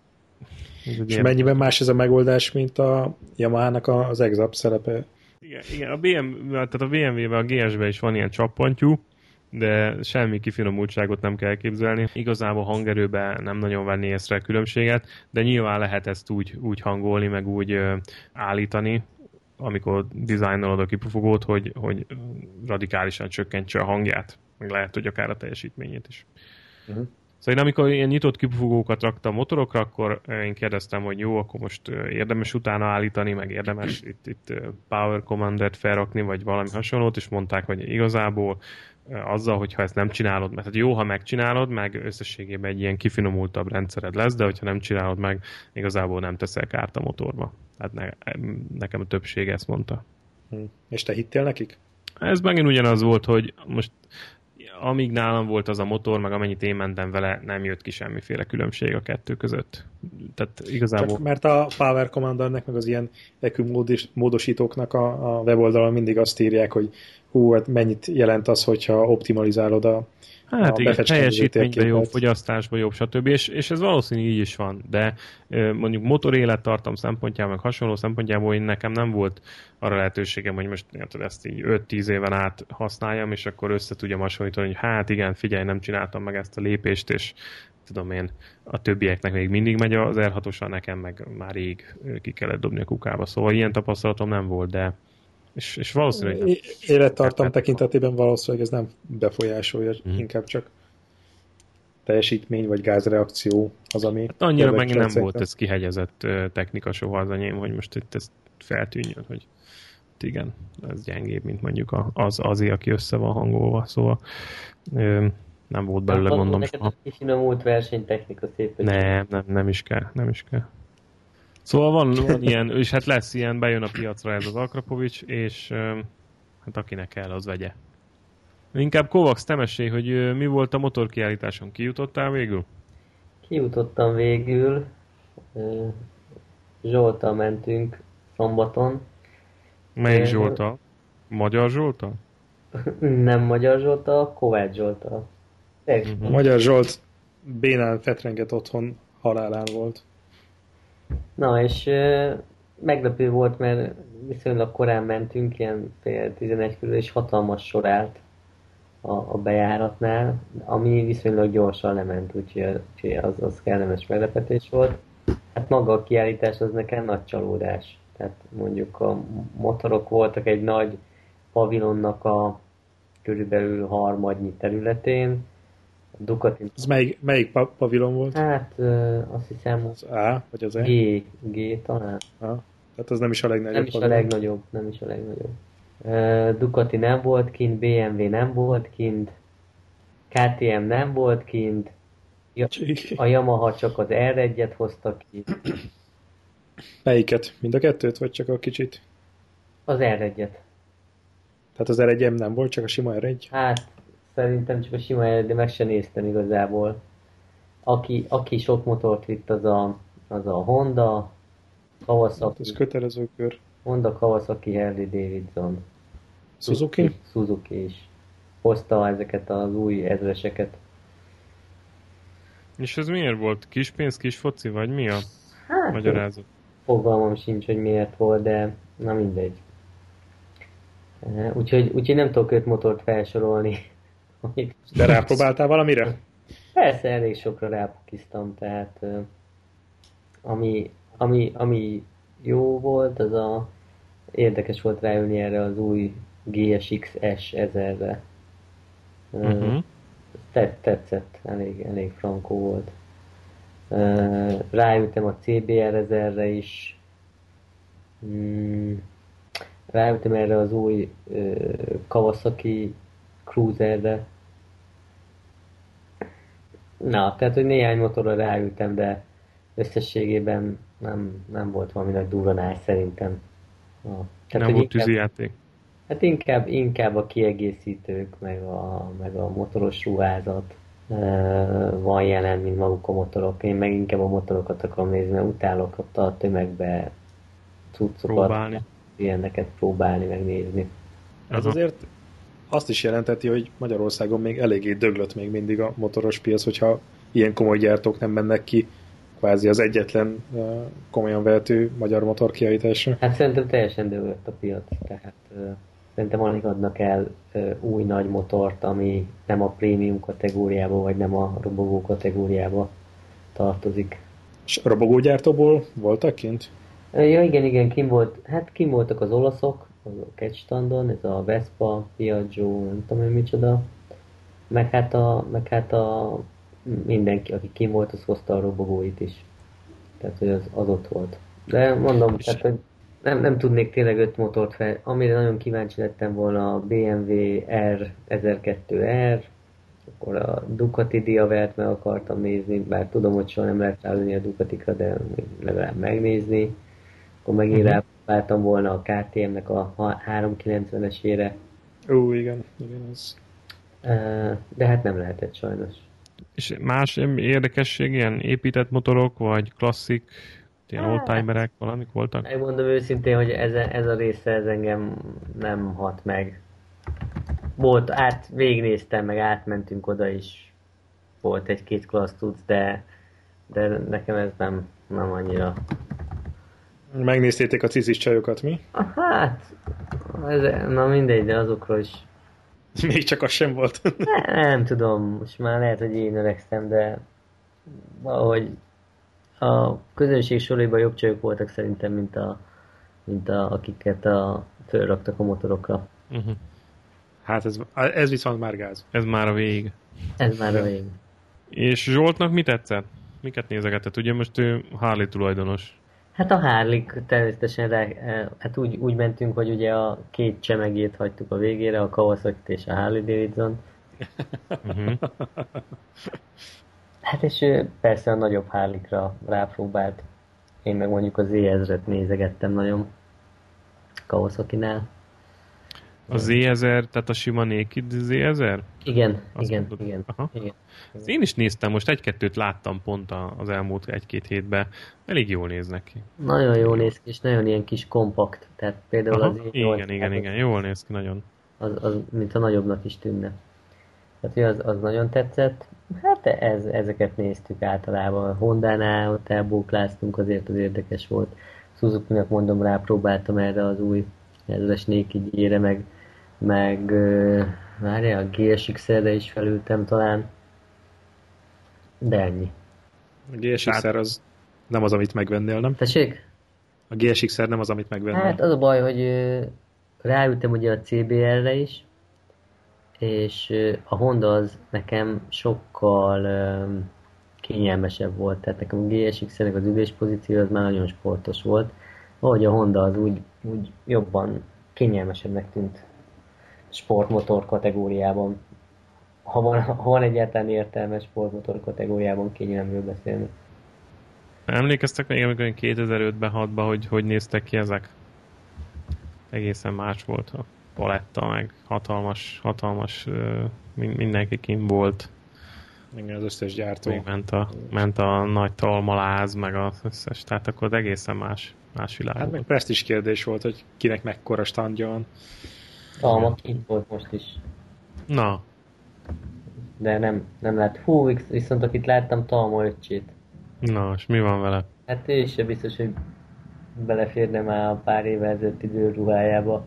A: És ilyen... mennyiben más ez a megoldás, mint a Yamaha-nak az exap szerepe?
B: Igen, igen a, bé em vé, tehát a bé em vé-ben, a gé es-ben is van ilyen csappantyú, de semmi kifinomultságot nem kell elképzelni. Igazából hangerőben nem nagyon venni észre a különbséget, de nyilván lehet ezt úgy, úgy hangolni, meg úgy ö, állítani, amikor dizájnolod a kipufogót, hogy, hogy radikálisan csökkentse a hangját, meg lehet, hogy akár a teljesítményét is. Uh-huh. Szóval én amikor ilyen nyitott kipufogókat raktam motorokra, akkor én kérdeztem, hogy jó, akkor most érdemes utána állítani, meg érdemes itt, itt Power Commander-t felrakni, vagy valami hasonlót, és mondták, hogy igazából azzal, hogyha ezt nem csinálod, mert jó, ha megcsinálod, meg összességében egy ilyen kifinomultabb rendszered lesz, de hogyha nem csinálod meg, igazából nem teszel kárt a motorba. Tehát ne, nekem a többség ezt mondta.
A: Hm. És te hittél nekik?
B: Ez megint ugyanaz volt, hogy most amíg nálam volt az a motor, meg amennyit én mentem vele, nem jött ki semmiféle különbség a kettő között. Tehát igazából...
A: Csak mert a Power Commandernek, meg az ilyen E Q módosítóknak a, a weboldalon mindig azt írják, hogy hú, hát mennyit jelent az, hogyha optimalizálod a
B: Hát igen, teljesítményben jobb, fogyasztásban jobb, stb. És, és ez valószínűleg így is van, de mondjuk motor élettartam szempontjából, meg hasonló szempontjából én nekem nem volt arra lehetőségem, hogy most érted, ezt így öt-tíz éven át használjam, és akkor össze tudjam hasonlítani, hogy hát igen, figyelj, nem csináltam meg ezt a lépést, és tudom én, a többieknek még mindig megy az er hatossal, nekem meg már rég ki kellett dobni a kukába. Szóval ilyen tapasztalatom nem volt, de És, és valószínűleg nem.
A: Élettartam tekintetében valószínűleg ez nem befolyásolja, mm. inkább csak teljesítmény vagy gázreakció az, ami...
B: Hát annyira meg nem volt ez kihegyezett technika soha az enyém, hogy most itt ez feltűnjön, hogy igen, ez gyengébb, mint mondjuk az az, aki össze van hangolva, szóval nem volt belőle
C: nem
B: gondom
C: soha. Neked a kifinomult versenytechnika szép.
B: Nem, nem, nem is kell, nem is kell. Szóval van, van ilyen, és hát lesz ilyen, bejön a piacra ez az Akrapovics, és hát akinek kell, az vegye. Inkább Kovacs, te mesélj, hogy mi volt a motorkiállításon. Kijutottál végül?
C: Kijutottam végül, Zsolttal mentünk szombaton.
B: Melyik Zsoltal? Magyar Zsoltal?
C: Nem Magyar Zsolttal, Kovács Zsolttal.
A: Uh-huh. A Magyar Zsolt bénán fetrengett otthon, halálán volt.
C: Na, és uh, meglepő volt, mert viszonylag korán mentünk, ilyen fél tizenegy körül, és hatalmas sor állt a, a bejáratnál, ami viszonylag gyorsan lement, úgyhogy, úgyhogy az, az kellemes meglepetés volt. Hát maga a kiállítás az nekem nagy csalódás. Tehát mondjuk a motorok voltak egy nagy pavilonnak a körülbelül harmadnyi területén. A Ducati...
A: Ez melyik, melyik pa- pavilon volt?
C: Hát uh, azt hiszem...
A: Az A, vagy az E?
C: G, G talán.
A: Ah, tehát az nem is a legnagyobb.
C: Nem is
A: pavilon.
C: a legnagyobb, nem is a legnagyobb. Uh, Ducati nem volt kint, bé em vé nem volt kint, ká té em nem volt kint, a Yamaha csak az er egyet hozta ki.
A: Melyiket? Mind a kettőt, vagy csak a kicsit?
C: Az er egyet.
A: Tehát az er egy nem volt, csak a sima er egy?
C: Hát, szerintem csak a sima er egy, de meg se néztem igazából. Aki, aki sok motort vitt, az a, az a Honda, Kawasaki.
A: Hát ez kötelező kör.
C: Honda, Kawasaki, Harley Davidson.
A: Suzuki?
C: Suzuki is. Hozta ezeket az új ezreseket.
B: És ez miért volt? Kis pénz, kis foci, vagy mi a
C: hát,
B: magyarázat?
C: Fogalmam sincs, hogy miért volt, de na mindegy. Úgyhogy, úgyhogy nem tudok öt motort felsorolni.
A: De rápróbáltál valamire?
C: Persze, elég sokra rápukiztam, tehát ami, ami, ami jó volt, az a érdekes volt ráülni erre az új gé es iksz es ezerre. Uh-huh. Tett, tetszett, elég, elég frankó volt. Ráültem a cé bé er ezerre is. Ráültem erre az új Kawasaki Cruiserre. Na, tehát, hogy néhány motorra ráültem, de összességében nem, nem volt valami nagy durranás szerintem.
B: Na, tehát, nem volt tűzijáték.
C: Hát inkább, inkább a kiegészítők, meg a, meg a motoros ruházat uh, van jelen, mint maguk a motorok. Én meg inkább a motorokat akarom nézni, mert utálok ott a tömegbe cuccokat,
B: próbálni.
C: ilyeneket próbálni, megnézni.
A: Ez azért azt is jelenteti, hogy Magyarországon még eléggé döglött még mindig a motoros piac, hogyha ilyen komoly gyártók nem mennek ki kvázi az egyetlen uh, komolyan vehető magyar motorkiállításra.
C: Hát szerintem teljesen döglött a piac, tehát uh, szerintem alig adnak el uh, új nagy motort, ami nem a prémium kategóriába, vagy nem a robogó kategóriába tartozik.
A: És robogógyártóból voltak kint?
C: Uh, ja igen, igen, kim volt, hát kim voltak az olaszok, az a Catch-standon, ez a Vespa, Piaggio, nem tudom én micsoda, meg hát a, meg hát a mindenki, aki kim volt, az hozta a robogóit is. Tehát, hogy az, az ott volt. De mondom, tehát, hogy nem, nem tudnék tényleg öt motort fel. Amire nagyon kíváncsi lettem volna a bé em vé er ezerkettő er, akkor a Ducati Diavert meg akartam nézni, bár tudom, hogy soha nem lehet ráülni a Ducatikra, de legalább megnézni. Akkor megint uh-huh. rápróbáltam volna a ká té em-nek a háromszázkilencvenesére.
A: Ó, igen, igen, az.
C: De hát nem lehetett sajnos.
B: És más érdekesség, ilyen épített motorok, vagy klasszik, ilyen oldtimerek, valamik voltak?
C: Megmondom őszintén, hogy ez, ez a része ez engem nem hat meg. Volt, át, végignéztem, meg átmentünk oda is. Volt egy-két klassz tudsz, de, de nekem ez nem, nem annyira.
A: Megnéztétek a cizis csajokat, mi?
C: Hát, ez, na mindegy, de azokról is.
A: Még csak az sem volt.
C: ne, nem tudom, most már lehet, hogy én öregszem, de valahogy a közönség soraiban jobb csajok voltak szerintem, mint, a, mint a, akiket a, fölraktak a motorokra.
B: Uh-huh.
A: Hát ez, ez viszont már gáz.
B: Ez már a vég.
C: Ez már a vég.
B: És Zsoltnak mi tetszett? Miket nézegetett? Ugye most ő Harley tulajdonos.
C: Hát a Harley természetesen rá, hát úgy, úgy mentünk, hogy ugye a két csemegét hagytuk a végére, a Kawasaki-t és a Harley Davidson.
B: Uh-huh.
C: Hát és persze a nagyobb Harley-kra rápróbált. Én meg mondjuk az zé ezret nézegettem nagyon Kawasaki-nál.
B: A zé ezer, tehát a sima Naked zé ezer?
C: Igen,
B: Azt
C: igen,
B: mondod?
C: igen,
B: Aha.
C: igen.
B: Ezt én is néztem, most egy-kettőt láttam pont a- az elmúlt egy-két hétben. Elég jól néznek ki.
C: Nagyon jól néz ki, és nagyon ilyen kis kompakt. Tehát például
B: Aha,
C: az é nyolc
B: igen, igen, igen, jól néz ki nagyon.
C: Az, az, mint a nagyobbnak is tűnne. Tehát hogy az, az nagyon tetszett. Hát ez, ezeket néztük általában. A Hondánál ott elbókláztunk, azért az érdekes volt. Suzuki-nak mondom, rápróbáltam erre az új ezres Naked-jére, meg, meg uh, várjál, a gé es iksz-re is felültem talán. De ennyi.
A: A gé es iksz-er az nem az, amit megvennél, nem?
C: Tessék?
A: A gé es iksz-er nem az, amit megvennél.
C: Hát az a baj, hogy ö, ráültem ugye a cé bé er-re is, és ö, a Honda az nekem sokkal ö, kényelmesebb volt. Tehát nekem a gé es iksz-nek az üléspozíció az már nagyon sportos volt. Ahogy a Honda az úgy, úgy jobban kényelmesebbnek tűnt sportmotor kategóriában. Ha van, ha van egyáltalán értelmes sportmotor kategóriában kényelmről beszélni.
B: Emlékeztek még, amikor kétezer-ötben, hatban, hogy hogy néztek ki ezek? Egészen más volt a paletta, meg hatalmas, hatalmas, mindenki kim volt.
A: Igen, az összes gyártó.
B: Még ment a, ment a nagy talmaláz, meg az összes, tehát akkor egészen más, más világ
A: Hát
B: volt.
A: meg presztis kérdés volt, hogy kinek mekkora standja van.
C: Talma itt volt most is.
B: Na,
C: De nem, nem lát. Hú, viszont akit láttam, Talma öccsét.
B: na, és mi van vele?
C: Hát ő is biztos, hogy beleférne már a pár évvel ezelőtti bőrruhájába.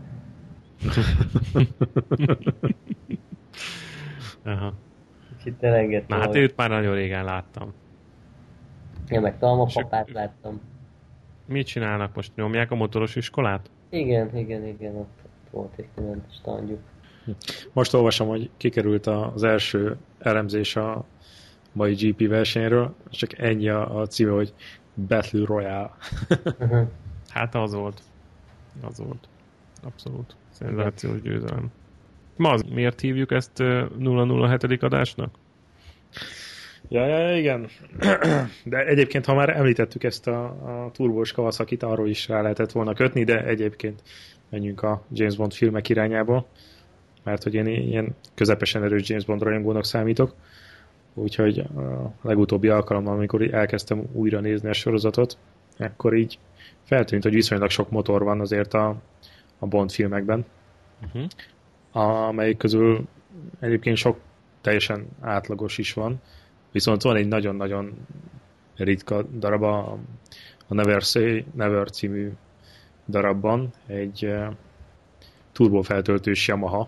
B: Aha.
C: Kicsit elengedtem.
B: Na hát őt már nagyon régen láttam.
C: Én meg Talma
B: És
C: papát
B: akkor-
C: láttam.
B: Mit csinálnak most? Nyomják a motoros iskolát?
C: Igen, igen, igen, ott, ott volt egy külön standjuk.
A: Most olvasom, hogy kikerült az első elemzés a mai gé pé versenyről, csak ennyi a, a címe, hogy Battle Royale.
C: Uh-huh.
B: Hát az volt. Az volt. Abszolút. Szenzációs győzelem. Ma az, miért hívjuk ezt ö, nulla nulla hét adásnak?
A: Ja, ja, ja, igen. De egyébként, ha már említettük ezt a, a turbós Kawasakit, arról is rá lehetett volna kötni, de egyébként menjünk a James Bond filmek irányába, mert hogy én ilyen közepesen erős James Bond rajongónak számítok, úgyhogy a legutóbbi alkalommal, amikor elkezdtem újra nézni a sorozatot, akkor így feltűnt, hogy viszonylag sok motor van azért a, a Bond filmekben,
B: Uh-huh.
A: amelyik közül egyébként sok teljesen átlagos is van, viszont van egy nagyon-nagyon ritka darab, a, a Never Say Never című darabban, egy uh, turbofeltöltős Yamaha,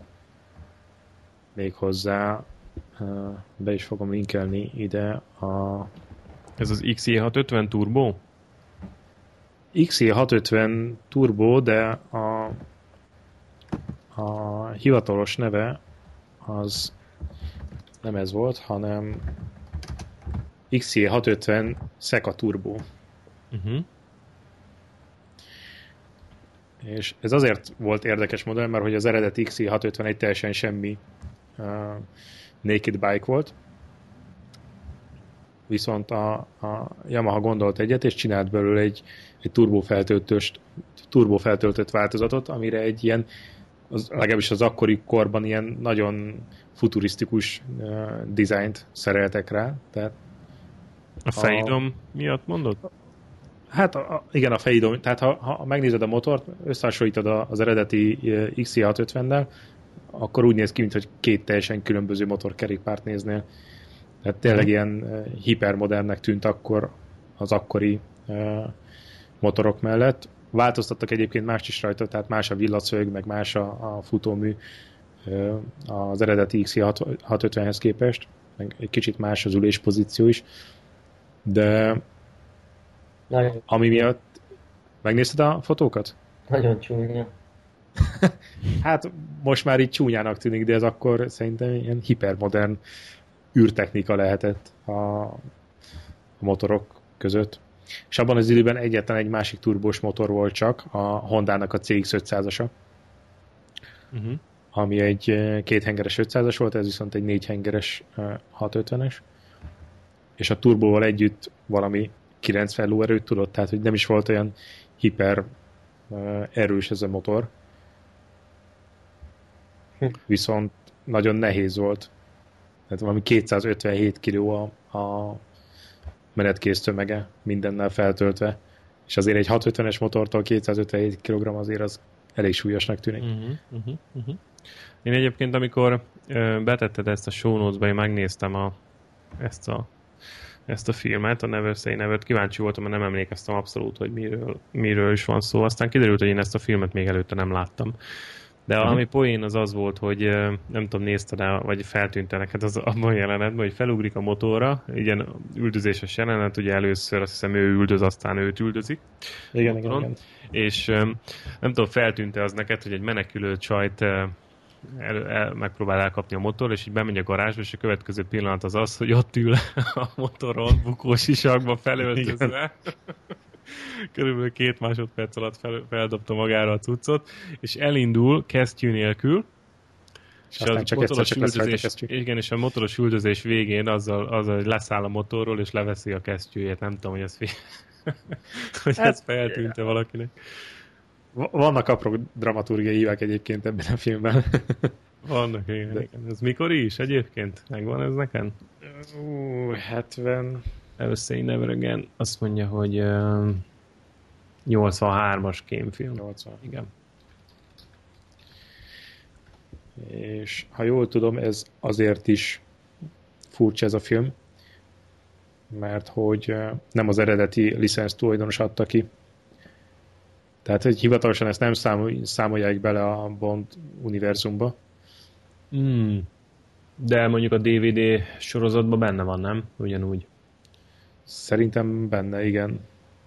A: méghozzá uh, be is fogom linkelni ide a
B: Ez az iksz jé hatszázötven Turbo?
A: iksz jé hatszázötven Turbo, de a, a hivatalos neve az nem ez volt, hanem iksz jé hatszázötven Seka Turbo.
B: Uh-huh.
A: És ez azért volt érdekes modell, mert hogy az eredeti iksz jé hatszázötven egy teljesen semmi uh, naked bike volt, viszont a, a Yamaha gondolt egyet, és csinált belőle egy, egy turbofeltöltős, turbofeltöltött változatot, amire egy ilyen, az, legalábbis az akkori korban ilyen nagyon futurisztikus uh, dizájnt szereltek rá. Tehát
B: A fejidom miatt mondod?
A: Hát a, a, igen, a fejidom. Tehát ha, ha megnézed a motort, összehasonlítod az eredeti iksz jé hatszázötvennel, akkor úgy néz ki, mintha két teljesen különböző motorkerékpárt néznél. Tehát tényleg ilyen uh, hipermodernnek tűnt akkor az akkori uh, motorok mellett. Változtattak egyébként mást is rajta, tehát más a villaszög, meg más a, a futómű uh, az eredeti iksz jé hatszázötvenhez képest, meg egy kicsit más az üléspozíció is. De
C: Nagyon,
A: ami miatt... Megnézted a fotókat?
C: nagyon csúnya.
A: Hát most már így csúnyának tűnik, de ez akkor szerintem ilyen hipermodern űrtechnika lehetett a, a motorok között. És abban az időben egyetlen egy másik turbós motor volt csak, a Hondának a cé iksz ötszázasa,
B: Uh-huh.
A: ami egy kéthengeres ötszázas volt, ez viszont egy négyhengeres hatszázötvenes, és a turbóval együtt valami kilencven lóerőt tudott, tehát hogy nem is volt olyan hiper erős ez a motor. viszont nagyon nehéz volt. Tehát valami kétszázötvenhét kiló a, a menetkész tömege, mindennel feltöltve. És azért egy hatszázötvenes motortól kétszázötvenhét kilogramm azért az elég súlyosnak tűnik.
B: Uh-huh, uh-huh, uh-huh. Én egyébként, amikor ö, betetted ezt a show notes-ba, én megnéztem a, ezt, a, ezt a filmet, a Never Say Never-t, kíváncsi voltam, mert nem emlékeztem abszolút, hogy miről, miről is van szó. Aztán kiderült, hogy én ezt a filmet még előtte nem láttam. De uh-huh. ami poén az az volt, hogy nem tudom, nézted el, vagy feltűnt neked az abban jelenetben, hogy felugrik a motorra, igen, üldözéses jelenet, ugye először azt hiszem ő üldöz, aztán őt üldözik.
A: Igen, igen, igen.
B: És nem tudom, feltűnt-e az neked, hogy egy menekülő csajt el, el, megpróbál elkapni a motor, és így bemegy a garázsba, és a következő pillanat az az, hogy ott ül a motoron, bukós isakba felöltözve. Körülbelül két másodperc alatt fel, feldobta magára a cuccot, és elindul kesztyű nélkül, és, és a motoros üldözés, igen, és a motoros üldözés végén azzal, azzal leszáll a motorról, és leveszi a kesztyűjét. Nem tudom, hogy ez, fél... hogy ez feltűnt-e valakinek.
A: Vannak apró dramaturgiai hívák egyébként ebben a filmben.
B: Vannak, igen, De... igen. Ez mikor is egyébként? Megvan ez nekem?
A: Ú, hetven...
B: Never Say Never Again. Azt mondja, hogy uh, nyolcvanhármas kémfilm.
A: nyolcvan.
B: Igen.
A: És ha jól tudom, ez azért is furcsa ez a film, mert hogy nem az eredeti licensz tulajdonos adta ki. Tehát, hogy hivatalosan ezt nem számol, számolják bele a Bond univerzumba.
B: Mm. De mondjuk a dé vé dé sorozatban benne van, nem? Ugyanúgy.
A: Szerintem benne, igen.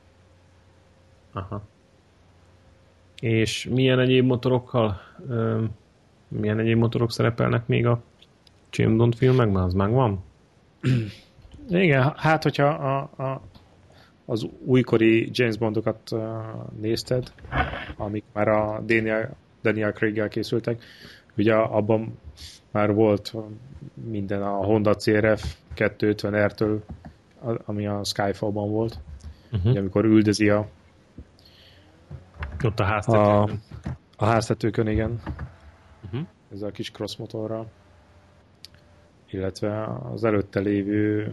B: Aha. És milyen egyéb motorokkal, ö, milyen egyéb motorok szerepelnek még a James Bond filmekben? Az megvan?
A: Igen, hát hogyha a, a, az újkori James Bondokat uh, nézted, amik már a Daniel, Daniel Craig-gel készültek, ugye abban már volt minden, a Honda cé er ef kétszázötven er-től, ami a Skyfall-ban volt, uh-huh. ugye, amikor üldözi a
B: ott a háztetőkön.
A: A, a háztetőkön, igen.
B: Uh-huh.
A: Ez a kis cross motorral. Illetve az előtte lévő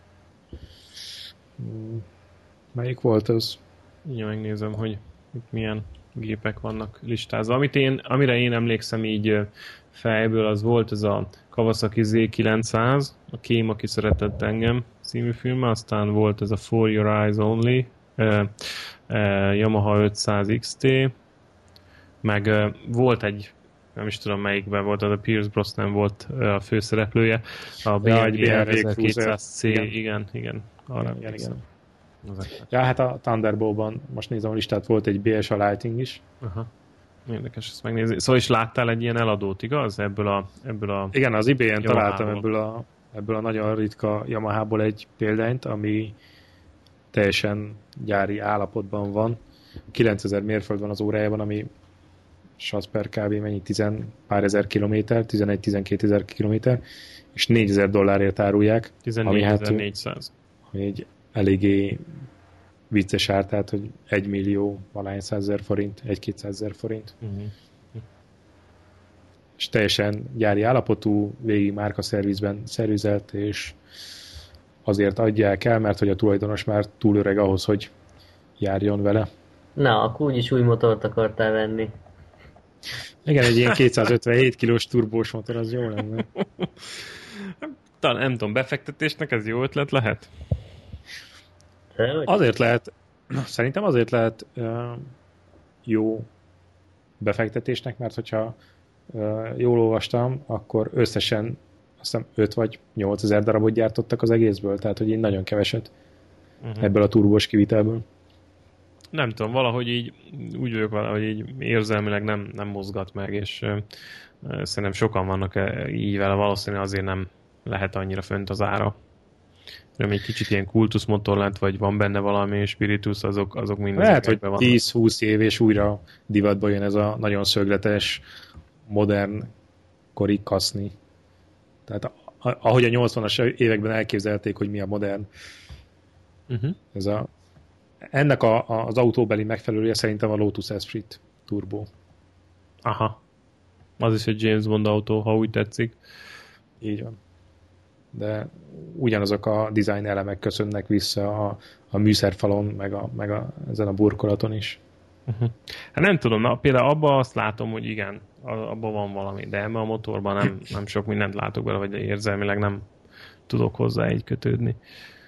A: melyik volt az?
B: Így megnézem, hogy itt milyen gépek vannak listázva. Amit én, amire én emlékszem így fejből, az volt ez a Kawasaki zé kilencszáz, a Kém, aki szeretett engem című film, aztán volt ez a For Your Eyes Only, eh, eh, Yamaha ötszáz iksz té, meg eh, volt egy, nem is tudom melyikben volt, az a Pierce Brosnan volt a főszereplője, a bé em vé ezerkétszáz cé, igen, igen, igen, arra
A: igen, igen. Ja, hát a Thunderboltban, most nézem a listát, volt egy bé es á Lighting is.
B: Aha. Érdekes ezt megnézni. Szóval is láttál egy ilyen eladót, igaz? Ebből a... Ebből a
A: igen, az eBay-en találtam ebből a, ebből a nagyon ritka Yamahából egy példányt, ami teljesen gyári állapotban van. kilencezer mérföld van az órájában, ami az per kb. Mennyi? tizen pár ezer kilométer, tizenegy-tizenkét ezer kilométer, és négyezer dollárért árulják.
B: tizennégyezer-négyszáz.
A: Ami egy eléggé vicces ár, tehát, hogy egy millió valány százezer forint, egy-kétszázezer forint. Uh-huh. És teljesen gyári állapotú, végig márka szervizben szervizelt, és azért adják el, mert hogy a tulajdonos már túl öreg ahhoz, hogy járjon vele.
C: Na, akkor úgyis új motort akartál venni.
A: Igen, egy ilyen kétszázötvenhét kilós turbós motor, az jó lenne.
B: Talán nem tudom, befektetésnek ez jó ötlet lehet?
A: Azért lehet, szerintem azért lehet uh, jó befektetésnek, mert hogyha uh, jól olvastam, akkor összesen azt hiszem öt vagy nyolc ezer darabot gyártottak az egészből, tehát hogy így nagyon keveset uh-huh. ebből a turbós kivitelből.
B: Nem tudom, valahogy így úgy vagyok valahogy így érzelmileg nem, nem mozgat meg, és uh, szerintem sokan vannak így vele, valószínűleg azért nem lehet annyira fönt az ára. Nem egy kicsit ilyen kultuszmotor lett, vagy van benne valami spiritus, azok, azok mind
A: lehet, hogy tíz-húsz év, és újra divatba jön ez a nagyon szögletes, modern kori kaszni. Tehát ahogy a nyolcvanas években elképzelték, hogy mi a modern. Uh-huh. Ez a, ennek a, a, az autóbeli megfelelője szerintem a Lotus Esprit Turbo.
B: Aha. Az is egy James Bond autó, ha úgy tetszik.
A: Így van. De ugyanazok a design elemek köszönnek vissza a, a műszerfalon, meg, a, meg a, ezen a burkolaton is.
B: Uh-huh. Hát nem tudom, na, például abban azt látom, hogy igen, abban van valami, de ebben a motorban nem, nem sok mindent látok bele, vagy érzelmileg nem tudok hozzá így kötődni.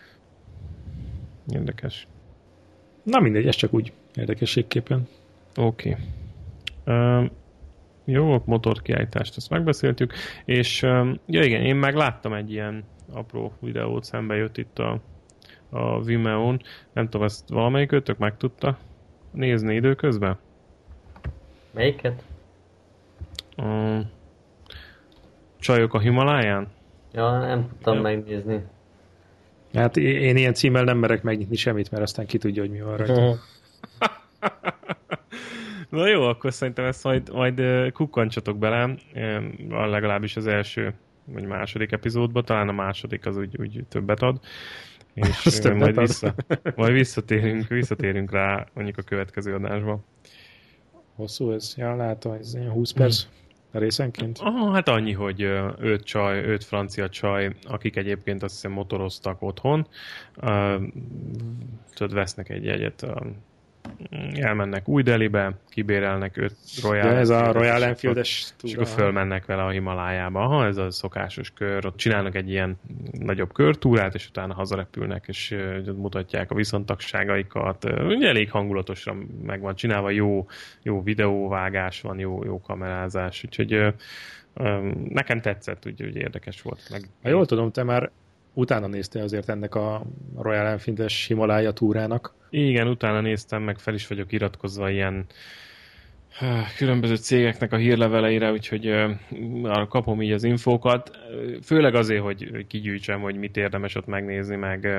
B: Érdekes.
A: Na mindegy, ez csak úgy érdekességképpen.
B: Oké. Okay. Uh, jó, motorkiállítást, ezt megbeszéltük, és um, ja igen, én meg láttam egy ilyen apró videót, szembe jött itt a, a Vimeo-n, nem tudom, ezt valamelyikötök meg tudta nézni időközben?
C: Melyiket?
B: Uh, Csajok a Himaláján?
C: Ja, nem tudtam
B: ja.
C: megnézni.
A: Hát én ilyen címmel nem merek megnyitni semmit, mert aztán ki tudja, hogy mi van rajta.
B: Na jó, akkor szerintem ezt majd, majd kukkancsatok bele, legalábbis az első vagy második epizódban, talán a második az úgy, úgy többet ad, és majd, ad. Vissza, majd visszatérünk, visszatérünk rá mondjuk a következő adásba.
A: Hosszú ez? Ja, látom, ez ilyen húsz perc a részenként.
B: Ah, hát annyi, hogy öt csaj, öt francia csaj, akik egyébként azt hiszem motoroztak otthon, uh, tudod, vesznek egy jegyet, uh, elmennek Új Delhibe, kibérelnek öt Royal
A: Enfield. Ez a Royal
B: Enfield-es túra. És akkor fölmennek vele a Himalájába. Aha, ez a szokásos kör. Ott csinálnak egy ilyen nagyobb körtúrát, és utána hazarepülnek, és mutatják a viszontagságaikat. Ugye elég hangulatosra meg van csinálva, jó, jó videóvágás van, jó, jó kamerázás. Úgyhogy nekem tetszett, úgyhogy érdekes volt. Meg...
A: Ha jól tudom, te már utána néztél azért ennek a Royal Enfield-es Himalája túrának.
B: Igen, utána néztem, meg fel is vagyok iratkozva ilyen különböző cégeknek a hírleveleire, úgyhogy arra kapom így az infókat. Főleg azért, hogy kigyűjtsem, hogy mit érdemes ott megnézni, meg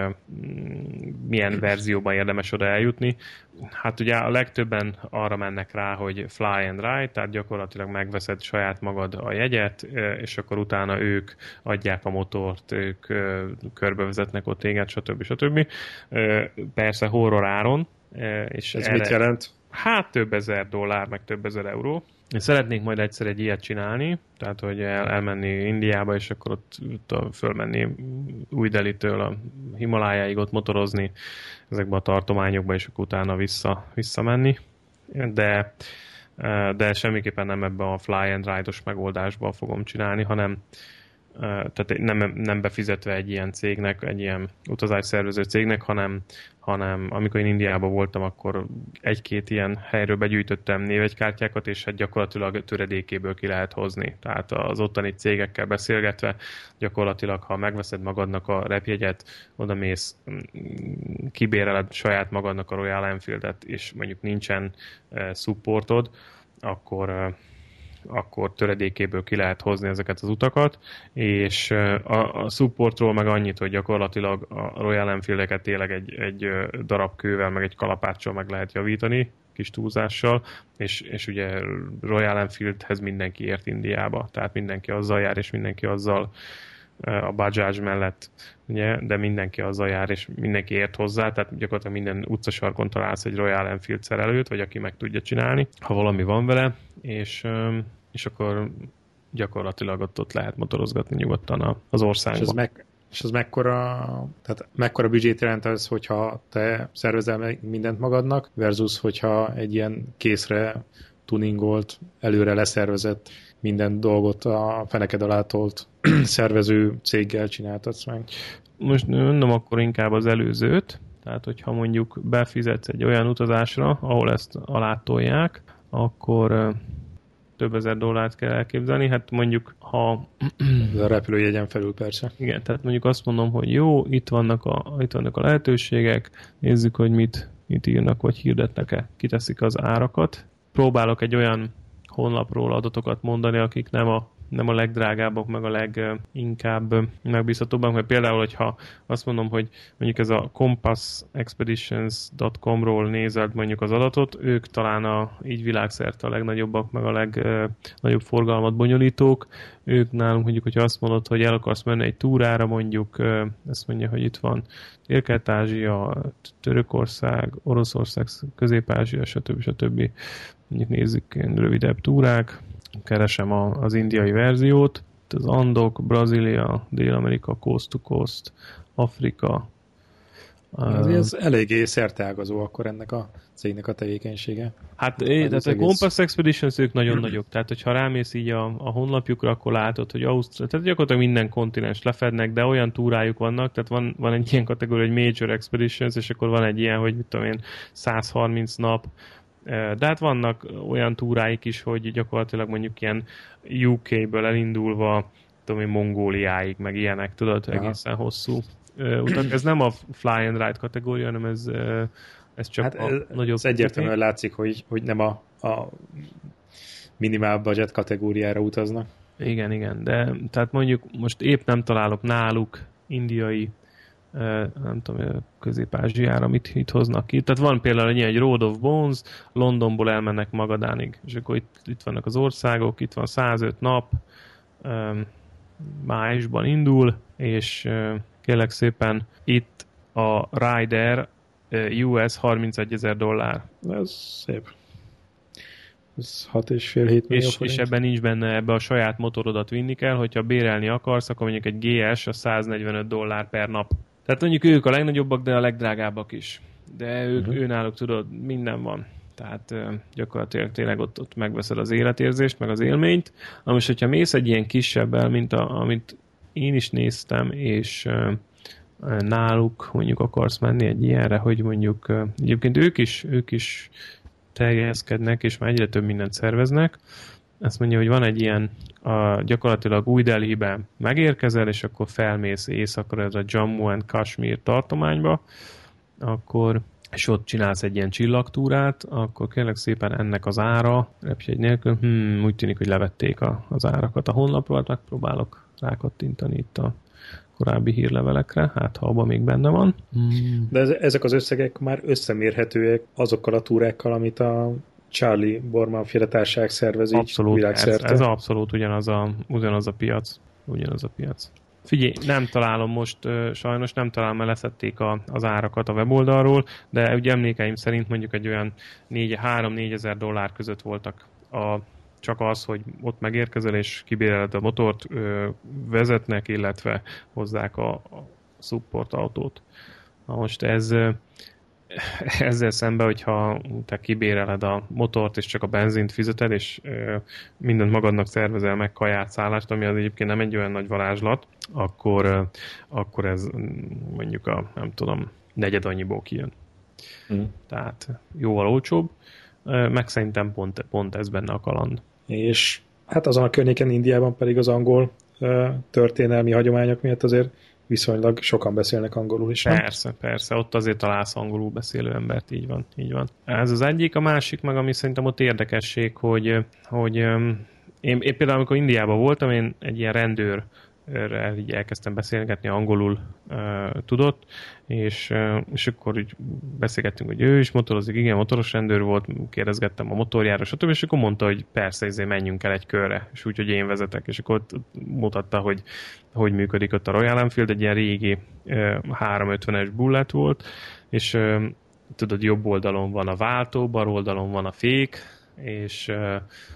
B: milyen verzióban érdemes oda eljutni. Hát ugye a legtöbben arra mennek rá, hogy fly and ride, tehát gyakorlatilag megveszed saját magad a jegyet, és akkor utána ők adják a motort, ők körbevezetnek ott téged, stb. stb. Persze horror áron. És
A: ez
B: erre...
A: mit jelent?
B: Hát több ezer dollár, meg több ezer euró. Én szeretnék majd egyszer egy ilyet csinálni, tehát hogy el, elmenni Indiába, és akkor ott, ott fölmenni Új Delhitől a Himalájáig ott motorozni ezekbe a tartományokba, és akkor utána vissza, visszamenni. De, de semmiképpen nem ebbe a fly and ride-os megoldásba fogom csinálni, hanem tehát nem, nem befizetve egy ilyen cégnek, egy ilyen utazásszervező cégnek, hanem, hanem amikor én Indiában voltam, akkor egy-két ilyen helyről begyűjtöttem névegykártyákat, és hát gyakorlatilag töredékéből ki lehet hozni. Tehát az ottani cégekkel beszélgetve, gyakorlatilag, ha megveszed magadnak a repjegyet, oda mész, kibéreled saját magadnak a Royal Enfieldet, és mondjuk nincsen uh, supportod, akkor uh, akkor töredékéből ki lehet hozni ezeket az utakat, és a, a supportról meg annyit, hogy gyakorlatilag a Royal Enfield-eket tényleg egy, egy darab kővel, meg egy kalapáccsal meg lehet javítani, kis túlzással, és, és ugye Royal Enfieldhez mindenki ért Indiába, tehát mindenki azzal jár, és mindenki azzal a Bajaj mellett, ugye, de mindenki azzal jár, és mindenki ért hozzá, tehát gyakorlatilag minden utcasarkon találsz egy Royal Enfield szerelőt, vagy aki meg tudja csinálni, ha valami van vele, és, és akkor gyakorlatilag ott, ott lehet motorozgatni nyugodtan az országban.
A: És ez, meg, és ez mekkora, tehát mekkora büdzsét jelent ez, hogyha te szervezel mindent magadnak, versus hogyha egy ilyen készre tuningolt, előre leszervezett minden dolgot a feneked alá tolt szervező céggel csináltatsz meg.
B: Most mondom akkor inkább az előzőt, tehát hogyha mondjuk befizetsz egy olyan utazásra, ahol ezt alátolják, akkor több ezer dollárt kell elképzelni, hát mondjuk ha...
A: Ez a repülőjegyen felül persze.
B: Igen, tehát mondjuk azt mondom, hogy jó, itt vannak a, itt vannak a lehetőségek, nézzük, hogy mit, mit írnak, vagy hirdetnek-e, kiteszik az árakat. Próbálok egy olyan honlapról adatokat mondani, akik nem a, nem a legdrágábbak, meg a leginkább megbízhatóbbak, mert például, hogyha azt mondom, hogy mondjuk ez a compass expeditions dot com-ról nézed mondjuk az adatot, ők talán a, így világszerte a legnagyobbak, meg a legnagyobb forgalmat bonyolítók, ők nálunk mondjuk, hogyha azt mondod, hogy el akarsz menni egy túrára, mondjuk ezt mondja, hogy itt van Dél-Kelet-Ázsia, Törökország, Oroszország, Közép-Ázsia, stb. stb. Mondjuk nézzük rövidebb túrák, keresem a, az indiai verziót. Az Andok, Brazília, Dél-Amerika, Coast to Coast, Afrika.
A: Ez, ez eléggé szerteágazó akkor ennek a cégnek a tevékenysége.
B: Hát é, tehát a Compass Expeditions ők nagyon nagyok, tehát hogyha rámész így a, a honlapjukra, akkor látod, hogy Ausztrália, tehát gyakorlatilag minden kontinens lefednek, de olyan túrájuk vannak, tehát van, van egy ilyen kategória, hogy Major Expeditions, és akkor van egy ilyen, hogy mit tudom én, száz harminc nap, de hát vannak olyan túráik is, hogy gyakorlatilag mondjuk ilyen U K-ből elindulva, tudom én, Mongóliáig, meg ilyenek, tudod, ja. Egészen hosszú. Utána ez nem a Fly and Ride kategória, hanem ez, ez csak
A: hát
B: a
A: ez,
B: nagyobb...
A: Ez egyértelműen látszik, hogy, hogy nem a, a minimál budget kategóriára utaznak.
B: Igen, igen, de tehát mondjuk most épp nem találok náluk indiai, nem tudom, Közép-Ázsiára mit itt hoznak ki. Tehát van például egy ilyen, egy Road of Bones, Londonból elmennek Magadánig, és akkor itt, itt vannak az országok, itt van százöt nap, májusban indul, és kérlek szépen itt a Rider U S harmincegyezer dollár.
A: Ez szép. Ez hat és fél hét millió
B: és, és ebben nincs benne, ebbe a saját motorodat vinni kell, hogyha bérelni akarsz, akkor mondjuk egy G S a száznegy-öt dollár per nap. Tehát mondjuk ők a legnagyobbak, de a legdrágábbak is. De ők, uh-huh. őnáluk tudod, minden van. Tehát gyakorlatilag tényleg ott, ott megveszed az életérzést, meg az élményt. Na most, hogyha mész egy ilyen kisebbel, mint a, amit én is néztem, és náluk mondjuk akarsz menni egy ilyenre, hogy mondjuk egyébként ők is, ők is terjeszkednek, és már egyre több mindent szerveznek. Azt mondja, hogy van egy ilyen, a, gyakorlatilag Új Delhibe megérkezel, és akkor felmész északra ez a Jammu and Kashmir tartományba, akkor, és ott csinálsz egy ilyen csillagtúrát, akkor kérlek szépen ennek az ára, repjegy nélkül, hmm, úgy tűnik, hogy levették a, az árakat a honlapról, megpróbálok rákattintani itt a korábbi hírlevelekre, hát ha abban még benne van.
A: Hmm. De ez, ezek az összegek már összemérhetőek azokkal a túrákkal, amit a Charlie Borman féle társaság szervez
B: abszolút, világszerte. Ez, ez abszolút ugyanaz a, ugyanaz a piac. Ugyanaz a piac. Figyelj, nem találom most, sajnos nem találom, mert leszették a, az árakat a weboldalról, de ugye emlékeim szerint mondjuk egy olyan három-négy ezer dollár között voltak a csak az, hogy ott megérkezel és kibéreled a motort, ö, vezetnek, illetve hozzák a, a support autót. Na most ez ezzel szemben, hogyha te kibéreled a motort és csak a benzint fizeted, és ö, mindent magadnak szervezel meg, kaját, szállást, ami az egyébként nem egy olyan nagy varázslat, akkor, ö, akkor ez mondjuk a, nem tudom, negyed annyiból kijön. Mm. Tehát jóval olcsóbb, meg szerintem pont, pont ez benne a kaland.
A: És hát azon a környéken, Indiában pedig az angol történelmi hagyományok miatt azért viszonylag sokan beszélnek angolul is.
B: Persze, nem? persze, ott azért találsz angolul beszélő embert, így van, így van. Ez az egyik, a másik meg, ami szerintem ott érdekesség, hogy, hogy én, én például, amikor Indiában voltam, én egy ilyen rendőr így elkezdtem beszélgetni, angolul uh, tudott, és, uh, és akkor úgy beszélgettünk, hogy ő is motorozik, igen, motoros rendőr volt, kérdezgettem a motorjára, stb. És akkor mondta, hogy persze, ezért menjünk el egy körre, és úgy, hogy én vezetek, és akkor ott mutatta, hogy hogy működik ott a Royal Enfield, egy ilyen régi uh, háromszázötvenes bullet volt, és uh, tudod, jobb oldalon van a váltó, bal oldalon van a fék, és uh,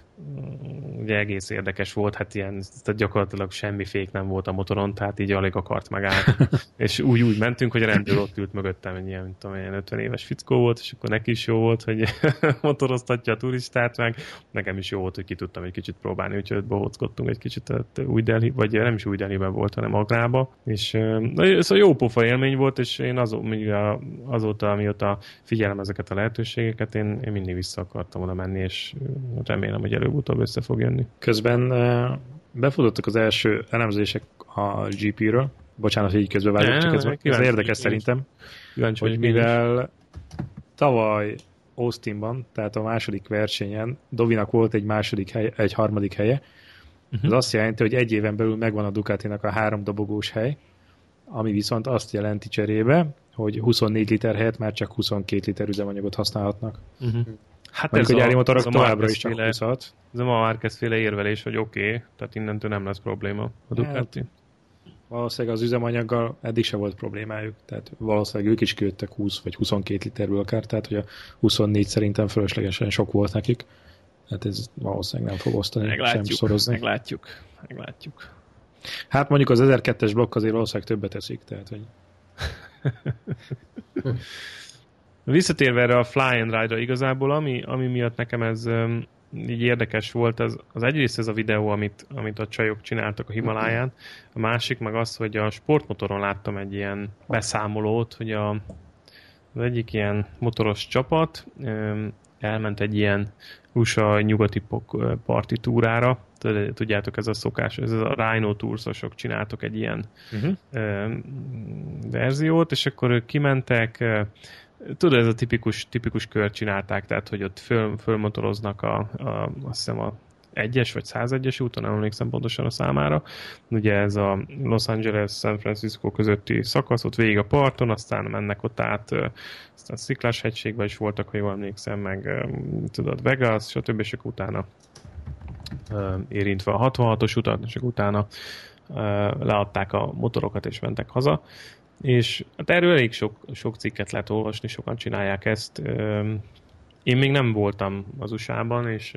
B: ugye egész érdekes volt, hát ilyen, tehát gyakorlatilag semmi fék nem volt a motoron, tehát így alig akart megállni. És úgy, úgy mentünk, hogy a rendőr ott ült mögöttem, egy ilyen, mint tudom, ilyen ötven éves fickó volt, és akkor neki is jó volt, hogy motoroztatja a turistát, meg nekem is jó volt, hogy ki tudtam egy kicsit próbálni, úgyhogy bohóckodtunk egy kicsit Új Delhi, vagy nem is Új Delhiben volt, hanem Agrába, és ez a jó pofa élmény volt, és én azóta, azóta amióta figyelem ezeket a lehetőségeket, én, én mindig vissza akartam oda menni, és remélem, hogy előbb-utóbb össze fog jönni.
A: Közben befutottak az első elemzések a gé pé-ről. Bocsánat, hogy így közben vágyok, csak ez, ez érdekes szerintem, kíváncsi, hogy mivel tavaly Austinban, tehát a második versenyen Dovinak volt egy második hely, egy harmadik helye. Uh-huh. Ez azt jelenti, hogy egy éven belül megvan a Ducatinak a három dobogós hely, ami viszont azt jelenti cserébe, hogy huszonnégy liter helyett már csak huszonkét liter üzemanyagot használhatnak. Uh-huh.
B: Hát
A: mondjuk, ez a, motorok továbbra is csak húszhat.
B: Ez a Márquez féle érvelés, hogy oké, okay, tehát innentől nem lesz probléma a Ducati. Hát,
A: valószínűleg az üzemanyaggal eddig se volt problémájuk, tehát valószínűleg ők is küldtek húsz vagy huszonkét literből akár, tehát hogy a huszonnégy szerintem fölöslegesen sok volt nekik. Hát ez valószínűleg nem fog osztani,
B: meglátjuk,
A: sem szorozni.
B: Meglátjuk, meglátjuk.
A: Hát mondjuk az ezerkettes blokk azért valószínűleg többet teszik, tehát hogy...
B: Visszatérve erre a Fly and Ride-ra igazából, ami, ami miatt nekem ez um, így érdekes volt, az, az egyrészt ez a videó, amit, amit a csajok csináltak a Himaláján, a másik meg az, hogy a sportmotoron láttam egy ilyen beszámolót, hogy a, az egyik ilyen motoros csapat um, elment egy ilyen u es á nyugati parti túrára. Tudjátok, ez a szokás, ez a Rhino Toursosok csináltok egy ilyen uh-huh. uh, verziót, és akkor ők kimentek, uh, tudod, ez a tipikus, tipikus kört csinálták, tehát, hogy ott föl, fölmotoroznak a, a, azt hiszem a egyes vagy százegyes úton, nem emlékszem pontosan a számára. Ugye ez a Los Angeles-San Francisco közötti szakasz, ott végig a parton, aztán mennek ott át, aztán Sziklás hegységben is voltak, ha jól emlékszem, meg tudod, Vegas, stb. És akkor utána érintve a hatvanhatos utat, és akkor utána leadták a motorokat, és mentek haza. És hát erről elég sok, sok cikket lehet olvasni, sokan csinálják ezt. Én még nem voltam az u es á-ban, és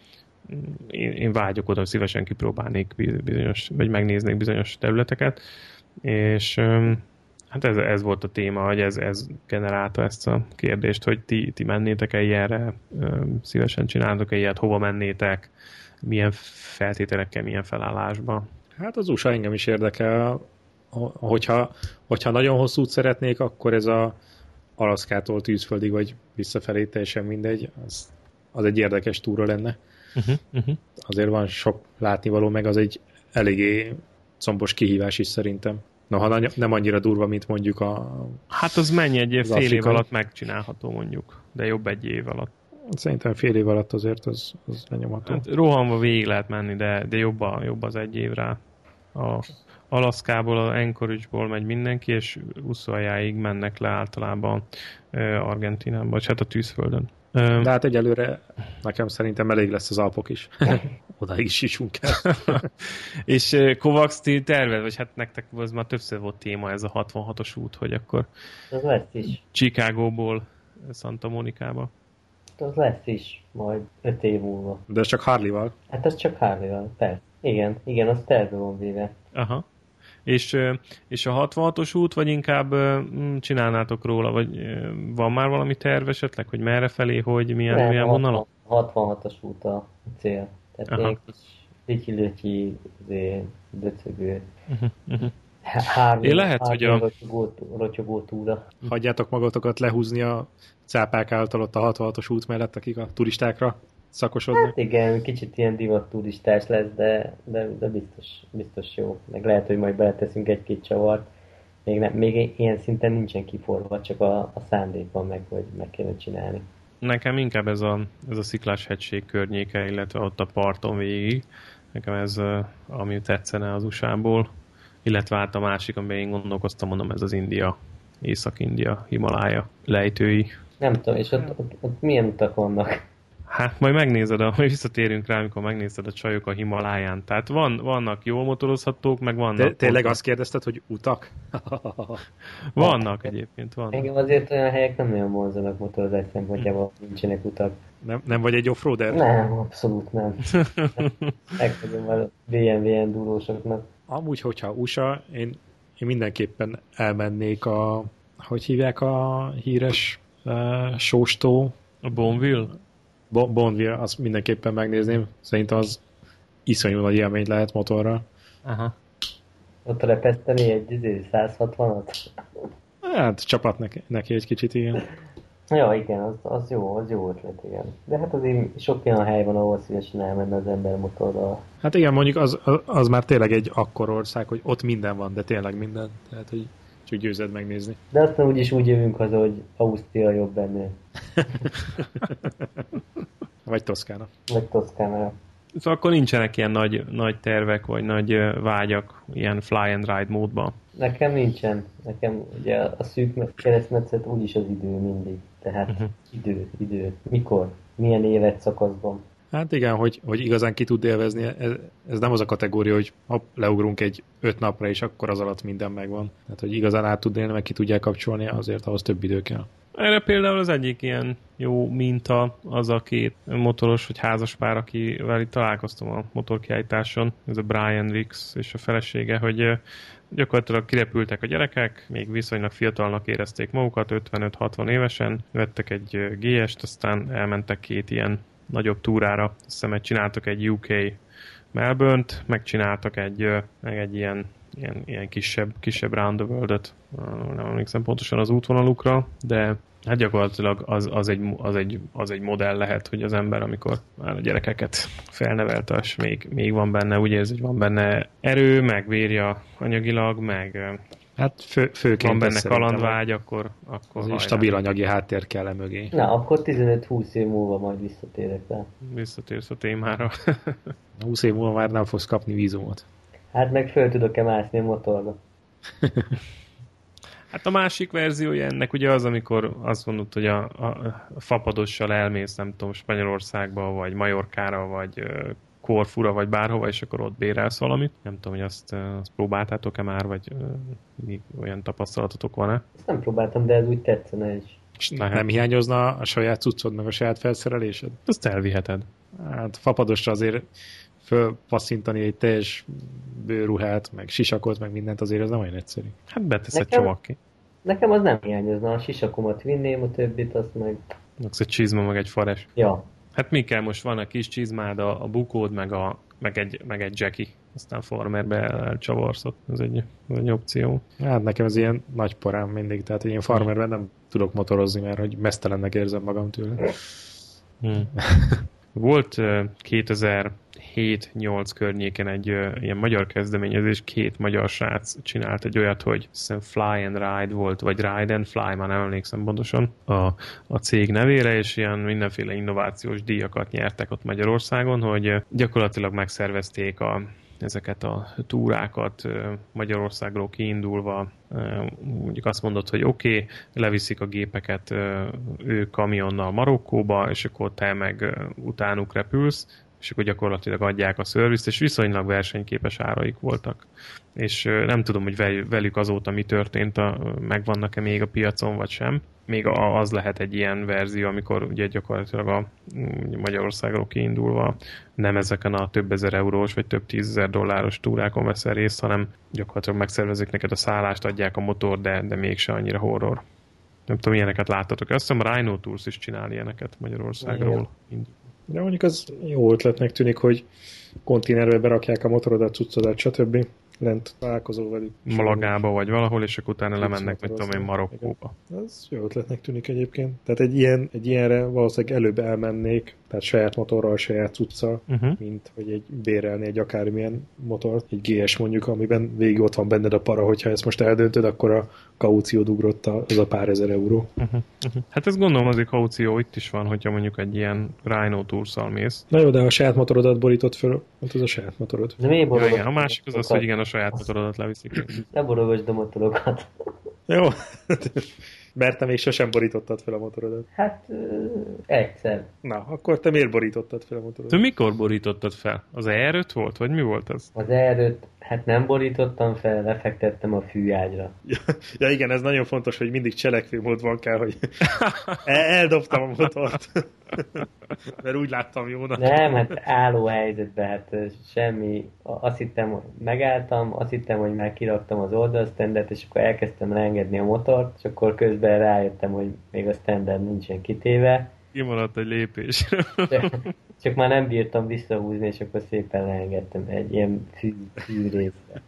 B: én, én vágyok oda, hogy szívesen kipróbálnék bizonyos, vagy megnéznék bizonyos területeket, és hát ez, ez volt a téma, hogy ez, ez generálta ezt a kérdést, hogy ti, ti mennétek-e ilyenre, szívesen csináltok-e ilyet, hova mennétek, milyen feltételekkel, milyen felállásba.
A: Hát az u es á engem is érdekel, hogyha, hogyha nagyon hosszút szeretnék, akkor ez a Alaszkától Tűzföldig, vagy visszafelé, teljesen mindegy, az, az egy érdekes túra lenne. Uh-huh, uh-huh. Azért van sok látnivaló, meg az egy eléggé combos kihívás is szerintem. Noha nem annyira durva, mint mondjuk a...
B: Hát az mennyi, egy fél afrikai. Év alatt megcsinálható mondjuk, de jobb egy év alatt.
A: Szerintem fél év alatt azért az, az lenyomható.
B: Hát rohanva végig lehet menni, de, de jobb, a, jobb az egy év rá. A Alaszkából, az Anchorage-ból megy mindenki, és Ushuaiáig mennek le általában Argentínában, vagy hát a Tűzföldön.
A: De hát egyelőre nekem szerintem elég lesz az Alpok is. Odaig is isunk el.
B: És Kovacs, ti terved, vagy hát nektek az már többször volt téma ez a hatvanhatos út, hogy akkor
C: az lesz is.
B: Chicagóból Santa Monikába.
C: Az lesz is, majd öt év múlva.
A: De ez csak Harley-val?
C: Hát ez csak Harley-val, persze. Igen, igen, az terve van véve.
B: Aha. És, és a hatvanhatos út, vagy inkább csinálnátok róla, vagy van már valami terv esetleg, hogy merre felé, hogy milyen,
C: Nem,
B: milyen vonalak?
C: hatvanhatos út a cél. Tehát aha. Ilyen kis lityi-lityi, döcögő. Uh-huh, uh-huh. Három,
B: lehet, hogy a...
C: rotyogó, rotyogó túra.
A: Hagyjátok magatokat lehúzni a cápák által ott a hatvanhatos út mellett, akik a turistákra szakosodnak.
C: Hát igen, kicsit ilyen divat turistás lesz, de, de, de biztos, biztos jó. Meg lehet, hogy majd beleteszünk egy-két csavart. Még, ne, még ilyen szinten nincsen kiforva, csak a, a szándék van meg, hogy meg kéne csinálni.
B: Nekem inkább ez a, ez a Sziklás hegység környéke, illetve ott a parton végig. Nekem ez, ami tetszene az u es á-ból. Illetve hát a másik, amiben én gondolkoztam, mondom, ez az India, Észak-India, Himalája lejtői.
C: Nem tudom, és ott, ott, ott milyen utak vannak?
B: Hát majd megnézed, a, majd visszatérünk rá, amikor megnézed a csajok a Himaláján. Tehát van, vannak jól motorozhatók, meg vannak...
A: De tényleg azt kérdezted, hogy utak?
B: Vannak egyébként, vannak.
C: Engem azért olyan helyek nem olyan vonzanak motorozás szempontjából, nincsenek utak.
A: Nem, nem vagy egy offroader?
C: Nem, abszolút nem. Meghagyom a bé em vé endúrósoknak.
A: Amúgy, hogyha u es á, én, én mindenképpen elmennék a... Hogy hívják a híres uh, sóstó?
B: A Bonneville?
A: Bo- Bonneville, azt mindenképpen megnézném. Szerintem az iszonyú nagy élmény lehet motorral.
B: Aha.
C: Ott repeszteni egy száz hatvanat?
A: Hát csapat neki, neki egy kicsit, igen.
C: Ja, igen, az, az jó, az jó ötlet, igen. De hát azért sok olyan hely van, ahol szívesen elmenne az ember motorral.
A: Hát igen, mondjuk az, az, az már tényleg egy akkor ország, hogy ott minden van, de tényleg minden. Tehát, hogy csak győzed megnézni.
C: De aztán úgyis úgy jövünk haza, hogy Ausztria jobb benne.
A: Vagy Toszkána.
C: Vagy Toszkána.
B: Szóval akkor nincsenek ilyen nagy, nagy tervek, vagy nagy vágyak ilyen fly and ride módban?
C: Nekem nincsen. Nekem ugye a szűk keresztmetszet úgyis az idő mindig. Tehát uh-huh. idő, idő. Mikor? Milyen élet szakaszban?
A: Hát igen, hogy, hogy igazán ki tud élvezni. Ez, ez nem az a kategória, hogy hopp, leugrunk egy öt napra, és akkor az alatt minden megvan. Tehát, hogy igazán át tud élni, meg ki tudják kapcsolni, azért ahhoz több idő kell.
B: Erre például az egyik ilyen jó minta az a két motoros vagy házaspár, akivel itt találkoztam a motorkiállításon, ez a Brian Rix és a felesége, hogy gyakorlatilag kirepültek a gyerekek, még viszonylag fiatalnak érezték magukat, ötvenöt-hatvan évesen, vettek egy gé est, aztán elmentek két ilyen nagyobb túrára, azt hiszem, csináltak egy u ká Melbourne-t, megcsináltak egy, meg egy ilyen, ilyen, ilyen kisebb, kisebb round the world-öt, nem emlékszem pontosan az útvonalukra, de hát gyakorlatilag az, az, egy, az, egy, az egy modell lehet, hogy az ember, amikor már a gyerekeket felnevelte, és még, még van benne, úgy érzi, hogy van benne erő, meg vérja anyagilag, meg
A: hát fő, főként
B: van benne kalandvágy, akkor, akkor
A: az stabil anyagi háttér kell mögé.
C: Na, akkor tizenöt-húsz év múlva majd visszatérek rá.
B: Visszatérsz a témára.
A: húsz év múlva már nem fogsz kapni vízumot.
C: Hát meg föl tudok-e mászni a motorba?
B: Hát a másik verziója ennek ugye az, amikor azt mondod, hogy a, a, a fapadossal elmész, nem tudom, Spanyolországba, vagy Majorkára, vagy uh, Korfura, vagy bárhova, és akkor ott bérelsz valamit. Nem tudom, hogy azt, uh, azt próbáltátok-e már, vagy uh, még olyan tapasztalatotok van-e?
C: Ezt nem próbáltam, de ez úgy tetszene is.
A: És nem hiányozna a saját cuccod, meg a saját felszerelésed?
B: Azt elviheted.
A: Hát fapadosra azért fölpasszintani egy teljes bőruhát, meg sisakot, meg mindent, azért ez nem olyan egyszerű.
B: Hát beteszed
C: Nekem-
B: csomagki.
C: Nekem az nem hiányozna, a sisakomat vinném, a többit azt meg...
B: Megsz egy csizma, meg egy fares.
C: Ja.
B: Hát mi kell most? Van a kis csizmád, a, a bukód, meg, a, meg, egy, meg egy Jackie. Aztán farmerbe elcsavarszod. Ez egy, ez egy opció.
A: Hát nekem ez ilyen nagy porám mindig, tehát én farmerben nem tudok motorozni, mert hogy mesztelennek érzem magam tőle.
B: Hmm. Volt uh, kétezer-hét nyolc környéken egy uh, ilyen magyar kezdeményezés, két magyar srác csinált egy olyat, hogy hiszem Fly and Ride volt, vagy Ride and Fly, már nem emlékszem pontosan a, a cég nevére, és ilyen mindenféle innovációs díjakat nyertek ott Magyarországon, hogy uh, gyakorlatilag megszervezték a ezeket a túrákat Magyarországról kiindulva, mondjuk azt mondod, hogy oké, okay, leviszik a gépeket ő kamionnal Marokkóba, és akkor te meg utánuk repülsz, és akkor gyakorlatilag adják a szervizt, és viszonylag versenyképes áraik voltak. És nem tudom, hogy velük azóta mi történt, a, megvannak-e még a piacon, vagy sem. Még az lehet egy ilyen verzió, amikor ugye gyakorlatilag a Magyarországról kiindulva nem ezeken a több ezer eurós, vagy több tízezer dolláros túrákon veszel részt, hanem gyakorlatilag megszervezik neked a szállást, adják a motor, de, de mégse annyira horror. Nem tudom, ilyeneket láttatok. Azt hiszem, a Rhino Tours is csinál ilyeneket Magyarországról.
A: De mondjuk az jó ötletnek tűnik, hogy konténerbe berakják a motorodat, cuccodat, stb. Lent találkozol velük.
B: Malagába vagy valahol, és akkor utána lemennek, mit tudom én, Marokkóba.
A: Ez jó ötletnek tűnik egyébként. Tehát egy, ilyen, egy ilyenre valószínűleg előbb elmennék, tehát saját motorral, saját cuccal, uh-huh. mint hogy egy bérelni egy akármilyen motort, egy gé es mondjuk, amiben végig ott van benned a para, hogyha ezt most eldöntöd, akkor a kauciód ugrott az a pár ezer euró.
B: Uh-huh. Uh-huh. Hát ezt gondolom azért kaució itt is van, hogyha mondjuk egy ilyen Rhino Tours-szal mész.
A: Na jó, de a saját motorodat borított föl, hát az a saját motorod.
C: De miért
B: ja, igen, a másik az az, hogy igen, a saját motorodat leviszik.
C: Ne borogasd a motorokat.
A: Jó. Mert te még sosem borítottad fel a motorodat.
C: Hát ö, egyszer.
A: Na, akkor te miért borítottad fel a motorodat?
B: Te mikor borítottad fel? Az er öt volt? Vagy mi volt ez?
C: Az er öt, hát nem borítottam fel, lefektettem a fűágyra.
A: Ja, ja igen, ez nagyon fontos, hogy mindig cselekvőmódban kell, hogy el- eldobtam a motort. Mert úgy láttam jónak.
C: Nem, hát álló helyzetben, hát semmi. Azt hittem, megálltam, azt hittem, hogy már kiraktam az oldalstandet, és akkor elkezdtem leengedni a motort, és akkor közben rájöttem, hogy még a standard nincsen kitéve.
B: Kimaradt egy lépés.
C: Csak, csak már nem bírtam visszahúzni, és akkor szépen leengedtem egy ilyen fű, fű részre.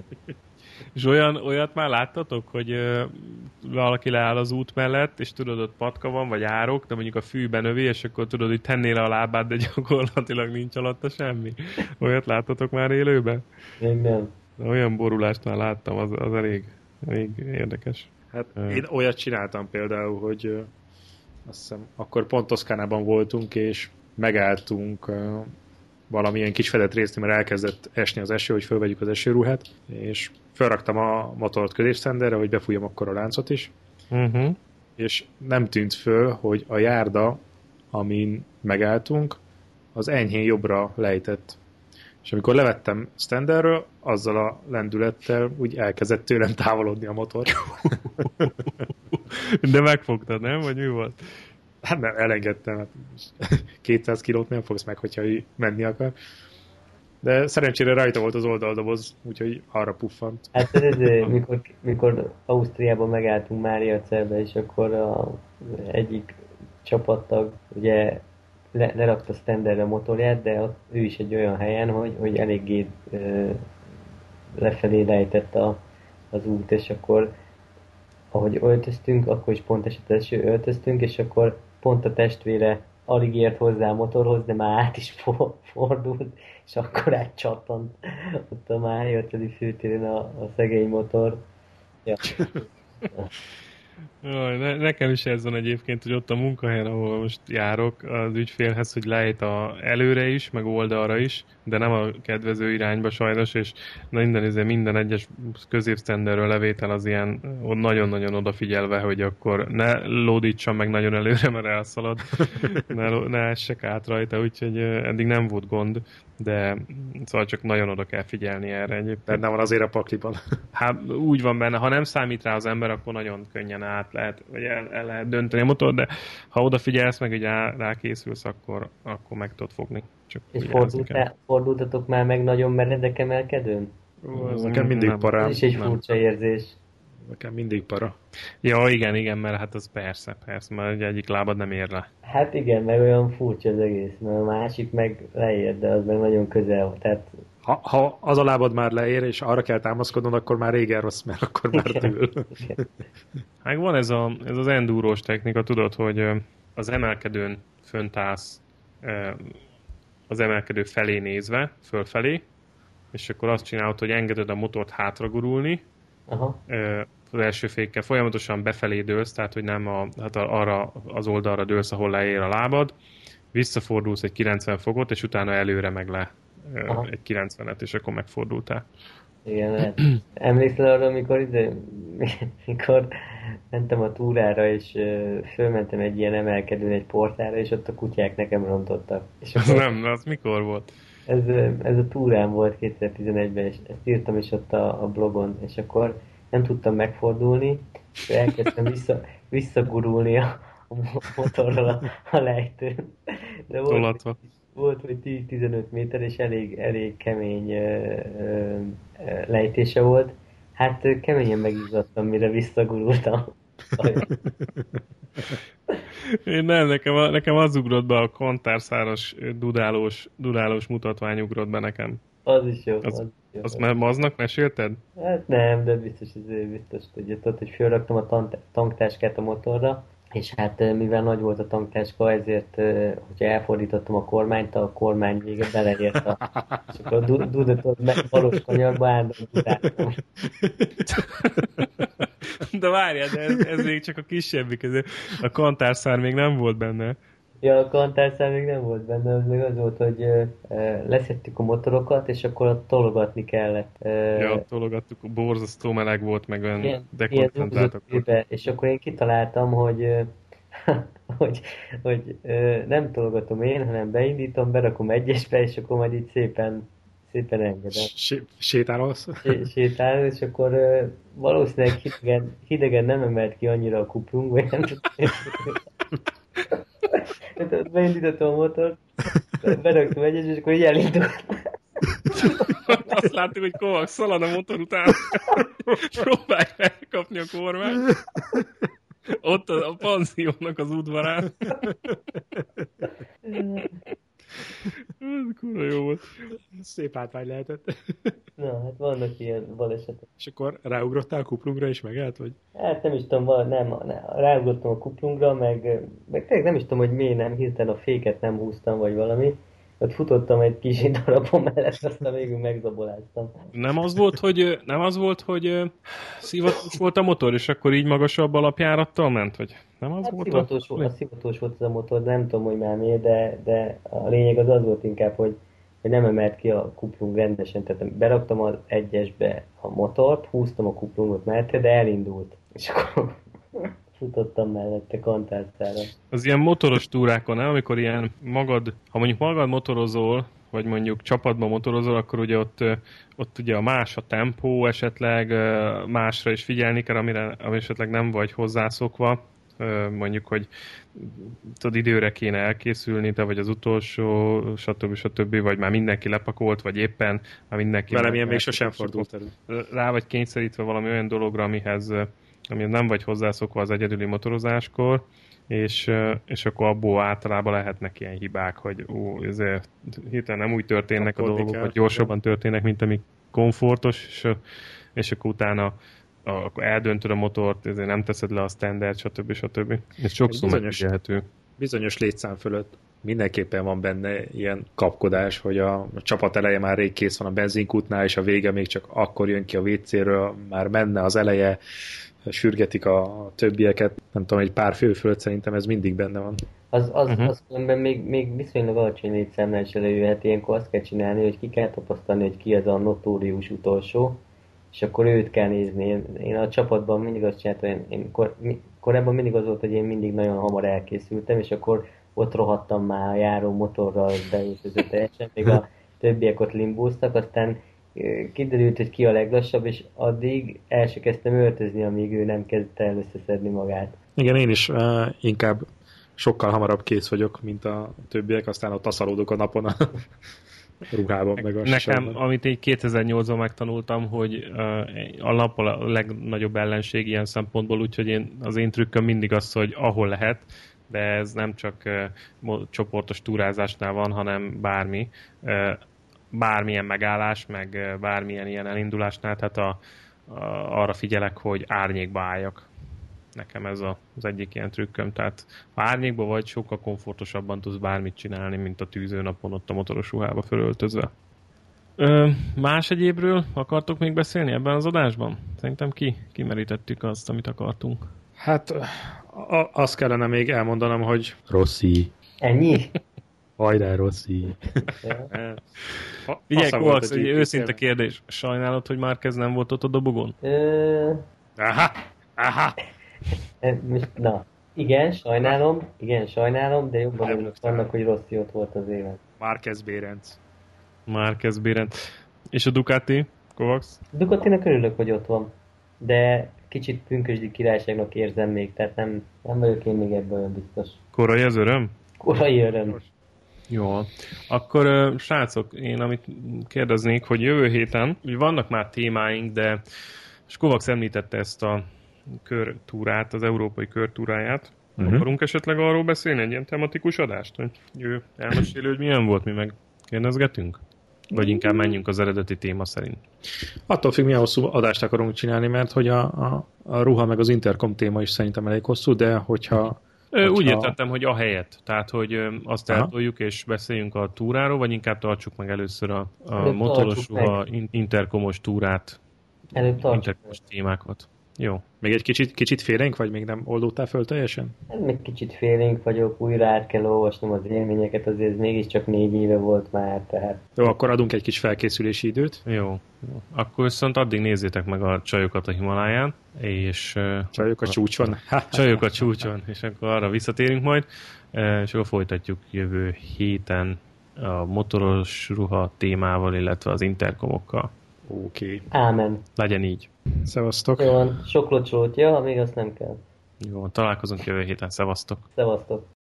B: És olyan, olyat már láttatok, hogy ö, valaki leáll az út mellett, és tudod, ott patka van, vagy árok, de mondjuk a fűben övi, és akkor tudod, hogy tennél le a lábát, de gyakorlatilag nincs alatta semmi. Olyat láttatok már élőben?
C: Még nem.
B: De olyan borulást már láttam, az, az elég, elég érdekes.
A: Hát én olyat csináltam például, hogy ö, azt hiszem, akkor pont Toszkánában voltunk, és megálltunk ö, valamilyen kis fedett részt, mert elkezdett esni az eső, hogy fölvegyük az esőruhát, és felraktam a motort középszenderre, hogy befújjam akkor a láncot is,
B: Uh-huh.
A: és nem tűnt föl, hogy a járda, amin megálltunk, az enyhén jobbra lejtett. És amikor levettem standerről, azzal a lendülettel úgy elkezdett tőlem távolodni a motor.
B: De megfogtad, nem? Vagy mi volt?
A: Hát nem, elengedtem. Hát kétszáz kilót nem fogsz meg, hogyha ő menni akar. De szerencsére rajta volt az oldaldoboz, úgyhogy arra puffant.
C: Hát ez, mikor, mikor Ausztriában megálltunk Máriacelbe, és akkor a egyik csapattag ugye le, lerakta standardre a motorját, de ott, ő is egy olyan helyen, hogy, hogy eléggé ö, lefelé lejtett a, az út, és akkor ahogy öltöztünk, akkor is pont esett eső, öltöztünk, és akkor pont a testvére alig ért hozzá a motorhoz, de már át is for, fordult, és akkor átcsattant ott a Máriaceli főtéren a, a szegény motor. Ja.
B: Jaj, ne, nekem is ez van egyébként, hogy ott a munkahelyen, ahol most járok az ügyfélhez, hogy lejt a előre is, meg oldalra is, de nem a kedvező irányba sajnos, és minden, minden egyes középsztenderről levétel az ilyen nagyon-nagyon odafigyelve, hogy akkor ne lódítson meg nagyon előre, mert elszalad, ne, ne essek át rajta, úgyhogy eddig nem volt gond, de szóval csak nagyon oda kell figyelni erre egyébként.
A: Benne van azért a pakliban.
B: Hát úgy van benne, ha nem számít rá az ember, akkor nagyon könnyen át lehet, vagy el, el lehet dönteni a motor, de ha odafigyelsz meg, hogy rá készülsz, akkor, akkor meg tudod fogni. Csak
C: és fordultál, fordultatok már meg nagyon meredek emelkedőn?
A: Ó, ez nekem mindig para.
C: Ez is egy furcsa érzés.
A: Nekem mindig para.
B: Ja, igen, igen, mert hát az persze, persze, mert egyik lábad nem ér le.
C: Hát igen, meg olyan furcsa az egész, mert a másik meg leér, de az meg nagyon közel, tehát...
A: Ha, ha az a lábad már leér, és arra kell támaszkodnod, akkor már régen rossz, mert akkor már tűl.
B: Hát van ez, a, ez az endurós technika, tudod, hogy az emelkedőn fönt állsz az emelkedő felé nézve, fölfelé, és akkor azt csinálod, hogy engeded a motort hátragurulni,
C: aha.
B: Az első fékkel folyamatosan befelé dőlsz, tehát hogy nem a, hát arra az oldalra dőlsz, ahol leér a lábad, visszafordulsz egy kilencven fokot, és utána előre meg le aha. egy kilencvenet, és akkor megfordultál.
C: Igen, lehet. Emlékszel arra, amikor, ide, mikor mentem a túrára, és uh, fölmentem egy ilyen emelkedőn egy portára, és ott a kutyák nekem rontottak. És
B: az nem, az mikor volt?
C: Ez, ez a túrám volt kétezer-tizenegyben, és ezt írtam is ott a, a blogon, és akkor nem tudtam megfordulni, és elkezdtem vissza, visszagurulni a, a motorral a, a lejtőn. De volt, volt hogy tíz-tizenöt méter, és elég, elég kemény ö, ö, lejtése volt. Hát keményen megizzadtam, mire visszagurultam.
B: Én nem, nekem, nekem az ugrott be, a kontárszáros dudálós, dudálós mutatvány ugrott be nekem.
C: Az is jó.
B: Az,
C: az jó.
B: Azt már maznak mesélted?
C: Hát nem, de biztos, biztos tudjátok, hogy fölraktam a tank, tanktáskát a motorra, és hát mivel nagy volt a tanktáska, ezért, hogyha elfordítottam a kormányt, a kormány vége beleért a... És akkor a dudatot meg valós kanyarba állandóan dudáltam.
B: De várjál, de ez, ez még csak a kisebbik, ez a kantárszár még nem volt benne.
C: Ja, a kantárszár még nem volt benne, az még az volt, hogy uh, leszettük a motorokat, és akkor ott tologatni kellett. Uh,
B: ja, tologattuk, borzasztó meleg volt, meg olyan dekoncentráltak.
C: És akkor én kitaláltam, hogy, uh, hogy, hogy uh, nem tologatom én, hanem beindítom, berakom egyesbe, és akkor majd így szépen, szépen engedem.
A: Sétálsz?
C: Sétálom, és akkor uh, valószínűleg hidegen, hidegen nem emelt ki annyira a kuplung, vagy nem tudom. Beindítottam a motort, beraktam egyes, és akkor így elindult.
B: Azt láttuk, hogy Kovacs szalad a motor után. Próbálj felkapni a kormányt. Ott a, a panziónak az udvarán. Ez kurva jó volt.
A: Szép látvány lehetett.
C: Na, hát vannak ilyen balesetek.
A: És akkor ráugrottál a kuplungra és megállt, vagy?
C: Hát nem is tudom, nem, nem ráugrottam a kuplungra, meg, meg tényleg nem is tudom, hogy miért nem, hirtelen a féket nem húztam, vagy valami. Ott futottam egy kis darabon mellett, aztán végül megzaboláztam.
B: Nem az volt, hogy, nem az volt, hogy szivatós volt a motor, és akkor így magasabb alapjárattal ment, vagy nem az
C: hát
B: volt?
C: Szivatós, a... volt, a szivatós volt az a motor, nem tudom, hogy már miért, de, de a lényeg az az volt inkább, hogy, hogy nem emelt ki a kuplung rendesen, tehát beraktam az egyesbe a motort, húztam a kuplungot mellette, de elindult. És akkor futottam mellette kantárszára.
B: Az ilyen motoros túrákon, nem? Amikor ilyen magad, ha mondjuk magad motorozol, vagy mondjuk csapatban motorozol, akkor ugye ott, ott ugye a más a tempó esetleg, másra is figyelni kell, amire, amire esetleg nem vagy hozzászokva. Mondjuk, hogy tudod, időre kéne elkészülni, te vagy az utolsó, stb. stb. Vagy már mindenki lepakolt, vagy éppen már mindenki...
A: Velem ilyen még sosem fordult elő.
B: Rá vagy kényszerítve valami olyan dologra, amihez, amihez nem vagy hozzászokva az egyedüli motorozáskor, és, és akkor abból általában lehetnek ilyen hibák, hogy ú, ezért hirtelen nem úgy történnek Kapodni a dolgok, kell, hogy gyorsabban történnek, mint ami komfortos, és, és akkor utána akkor eldöntöd a motort, ezért nem teszed le a standard, stb. stb. Ez sokszor megfigyelhető.
A: Bizonyos létszám fölött mindenképpen van benne ilyen kapkodás, hogy a, a csapat eleje már rég kész van a benzinkútnál, és a vége még csak akkor jön ki a vé céről, már menne az eleje, sürgetik a többieket. Nem tudom, egy pár fő fölött szerintem ez mindig benne van.
C: Az, az, uh-huh. az különben még, még viszonylag alacsony létszámnál is előjöhet, ilyenkor azt kell csinálni, hogy ki kell tapasztalni, hogy ki az a notórius utolsó, és akkor őt kell nézni. Én, én a csapatban mindig azt csináltam, én, én kor, mi, korábban mindig az volt, hogy én mindig nagyon hamar elkészültem, és akkor ott rohadtam már a járó motorral beültöző teljesen, még a többiek ott limbóztak, aztán kiderült, hogy ki a leglassabb, és addig el se kezdtem öltözni, amíg ő nem kezdte el összeszedni magát.
A: Igen, én is uh, inkább sokkal hamarabb kész vagyok, mint a többiek, aztán ott taszalódok a napon a ruhában. Meg
B: Nekem, sosem. Amit én kétezer-nyolcban megtanultam, hogy uh, a nap a legnagyobb ellenség ilyen szempontból, úgyhogy én, az én trükköm mindig az, hogy ahol lehet, de ez nem csak uh, csoportos túrázásnál van, hanem bármi. Uh, bármilyen megállás, meg bármilyen ilyen elindulásnál, tehát a, a, arra figyelek, hogy árnyékba álljak. Nekem ez a, az egyik ilyen trükköm, tehát ha árnyékba vagy, sokkal komfortosabban tudsz bármit csinálni, mint a tűzőnapon ott a motoros ruhába fölöltözve. Ö, más egyébről akartok még beszélni ebben az adásban? Szerintem ki, kimerítettük azt, amit akartunk.
A: Hát a, azt kellene még elmondanom, hogy Rossi.
C: Ennyi?
A: Hajrá, Rossi.
B: Figyelj, Kovacs, egy őszinte kérdés. Sajnálod, hogy Márquez nem volt ott a dobogon?
C: Ö...
A: Aha, aha.
C: Na, igen, sajnálom, igen, sajnálom, de jobban örülök annak, hogy Rossi ott volt az éven.
A: Márquez Bérenc.
B: Márquez Bérenc. És a Ducati, Kovacs?
C: Ducatinak örülök, hogy ott van, de kicsit pünkösdi királyságnak érzem még, tehát nem, nem vagyok én még ebben olyan biztos.
B: Korai az öröm?
C: Korai öröm.
B: Jó. Akkor srácok, én amit kérdeznék, hogy jövő héten, ugye vannak már témáink, de és Kovacs említette ezt a körtúrát, az európai körtúráját. Uh-huh. Akarunk esetleg arról beszélni, egy ilyen tematikus adást, hogy ő elmeséli, hogy milyen volt, mi meg kérdezgetünk? Vagy inkább menjünk az eredeti téma szerint?
A: Attól függ, milyen hosszú adást akarunk csinálni, mert hogy a, a, a ruha meg az interkom téma is szerintem elég hosszú, de hogyha
B: Ö, úgy értettem, hogy a helyet. Tehát, hogy azt eltoljuk és beszéljünk a túráról, vagy inkább tartsuk meg először a, a motoros ruha interkomos túrát, interkomos témákat. Jó.
A: Még egy kicsit, kicsit félénk, vagy még nem oldódtál föl teljesen?
C: Hát még kicsit félénk vagyok, újra át kell olvasnom az élményeket, azért ez mégiscsak négy éve volt már, tehát...
A: Jó, akkor adunk egy kis felkészülési időt.
B: Jó. Jó. Akkor viszont addig nézzétek meg a csajokat a Himaláján, és...
A: Csajok a csúcson.
B: Csajok a csúcson, és akkor arra visszatérünk majd, és akkor folytatjuk jövő héten a motoros ruha témával, illetve az interkomokkal.
A: Oké. Okay.
C: Ámen.
B: Legyen így.
A: Szevasztok.
C: Jó van, sok locsolót, ja, még azt nem kell.
B: Jó, találkozunk jövő héten, szevasztok.
C: Szevasztok.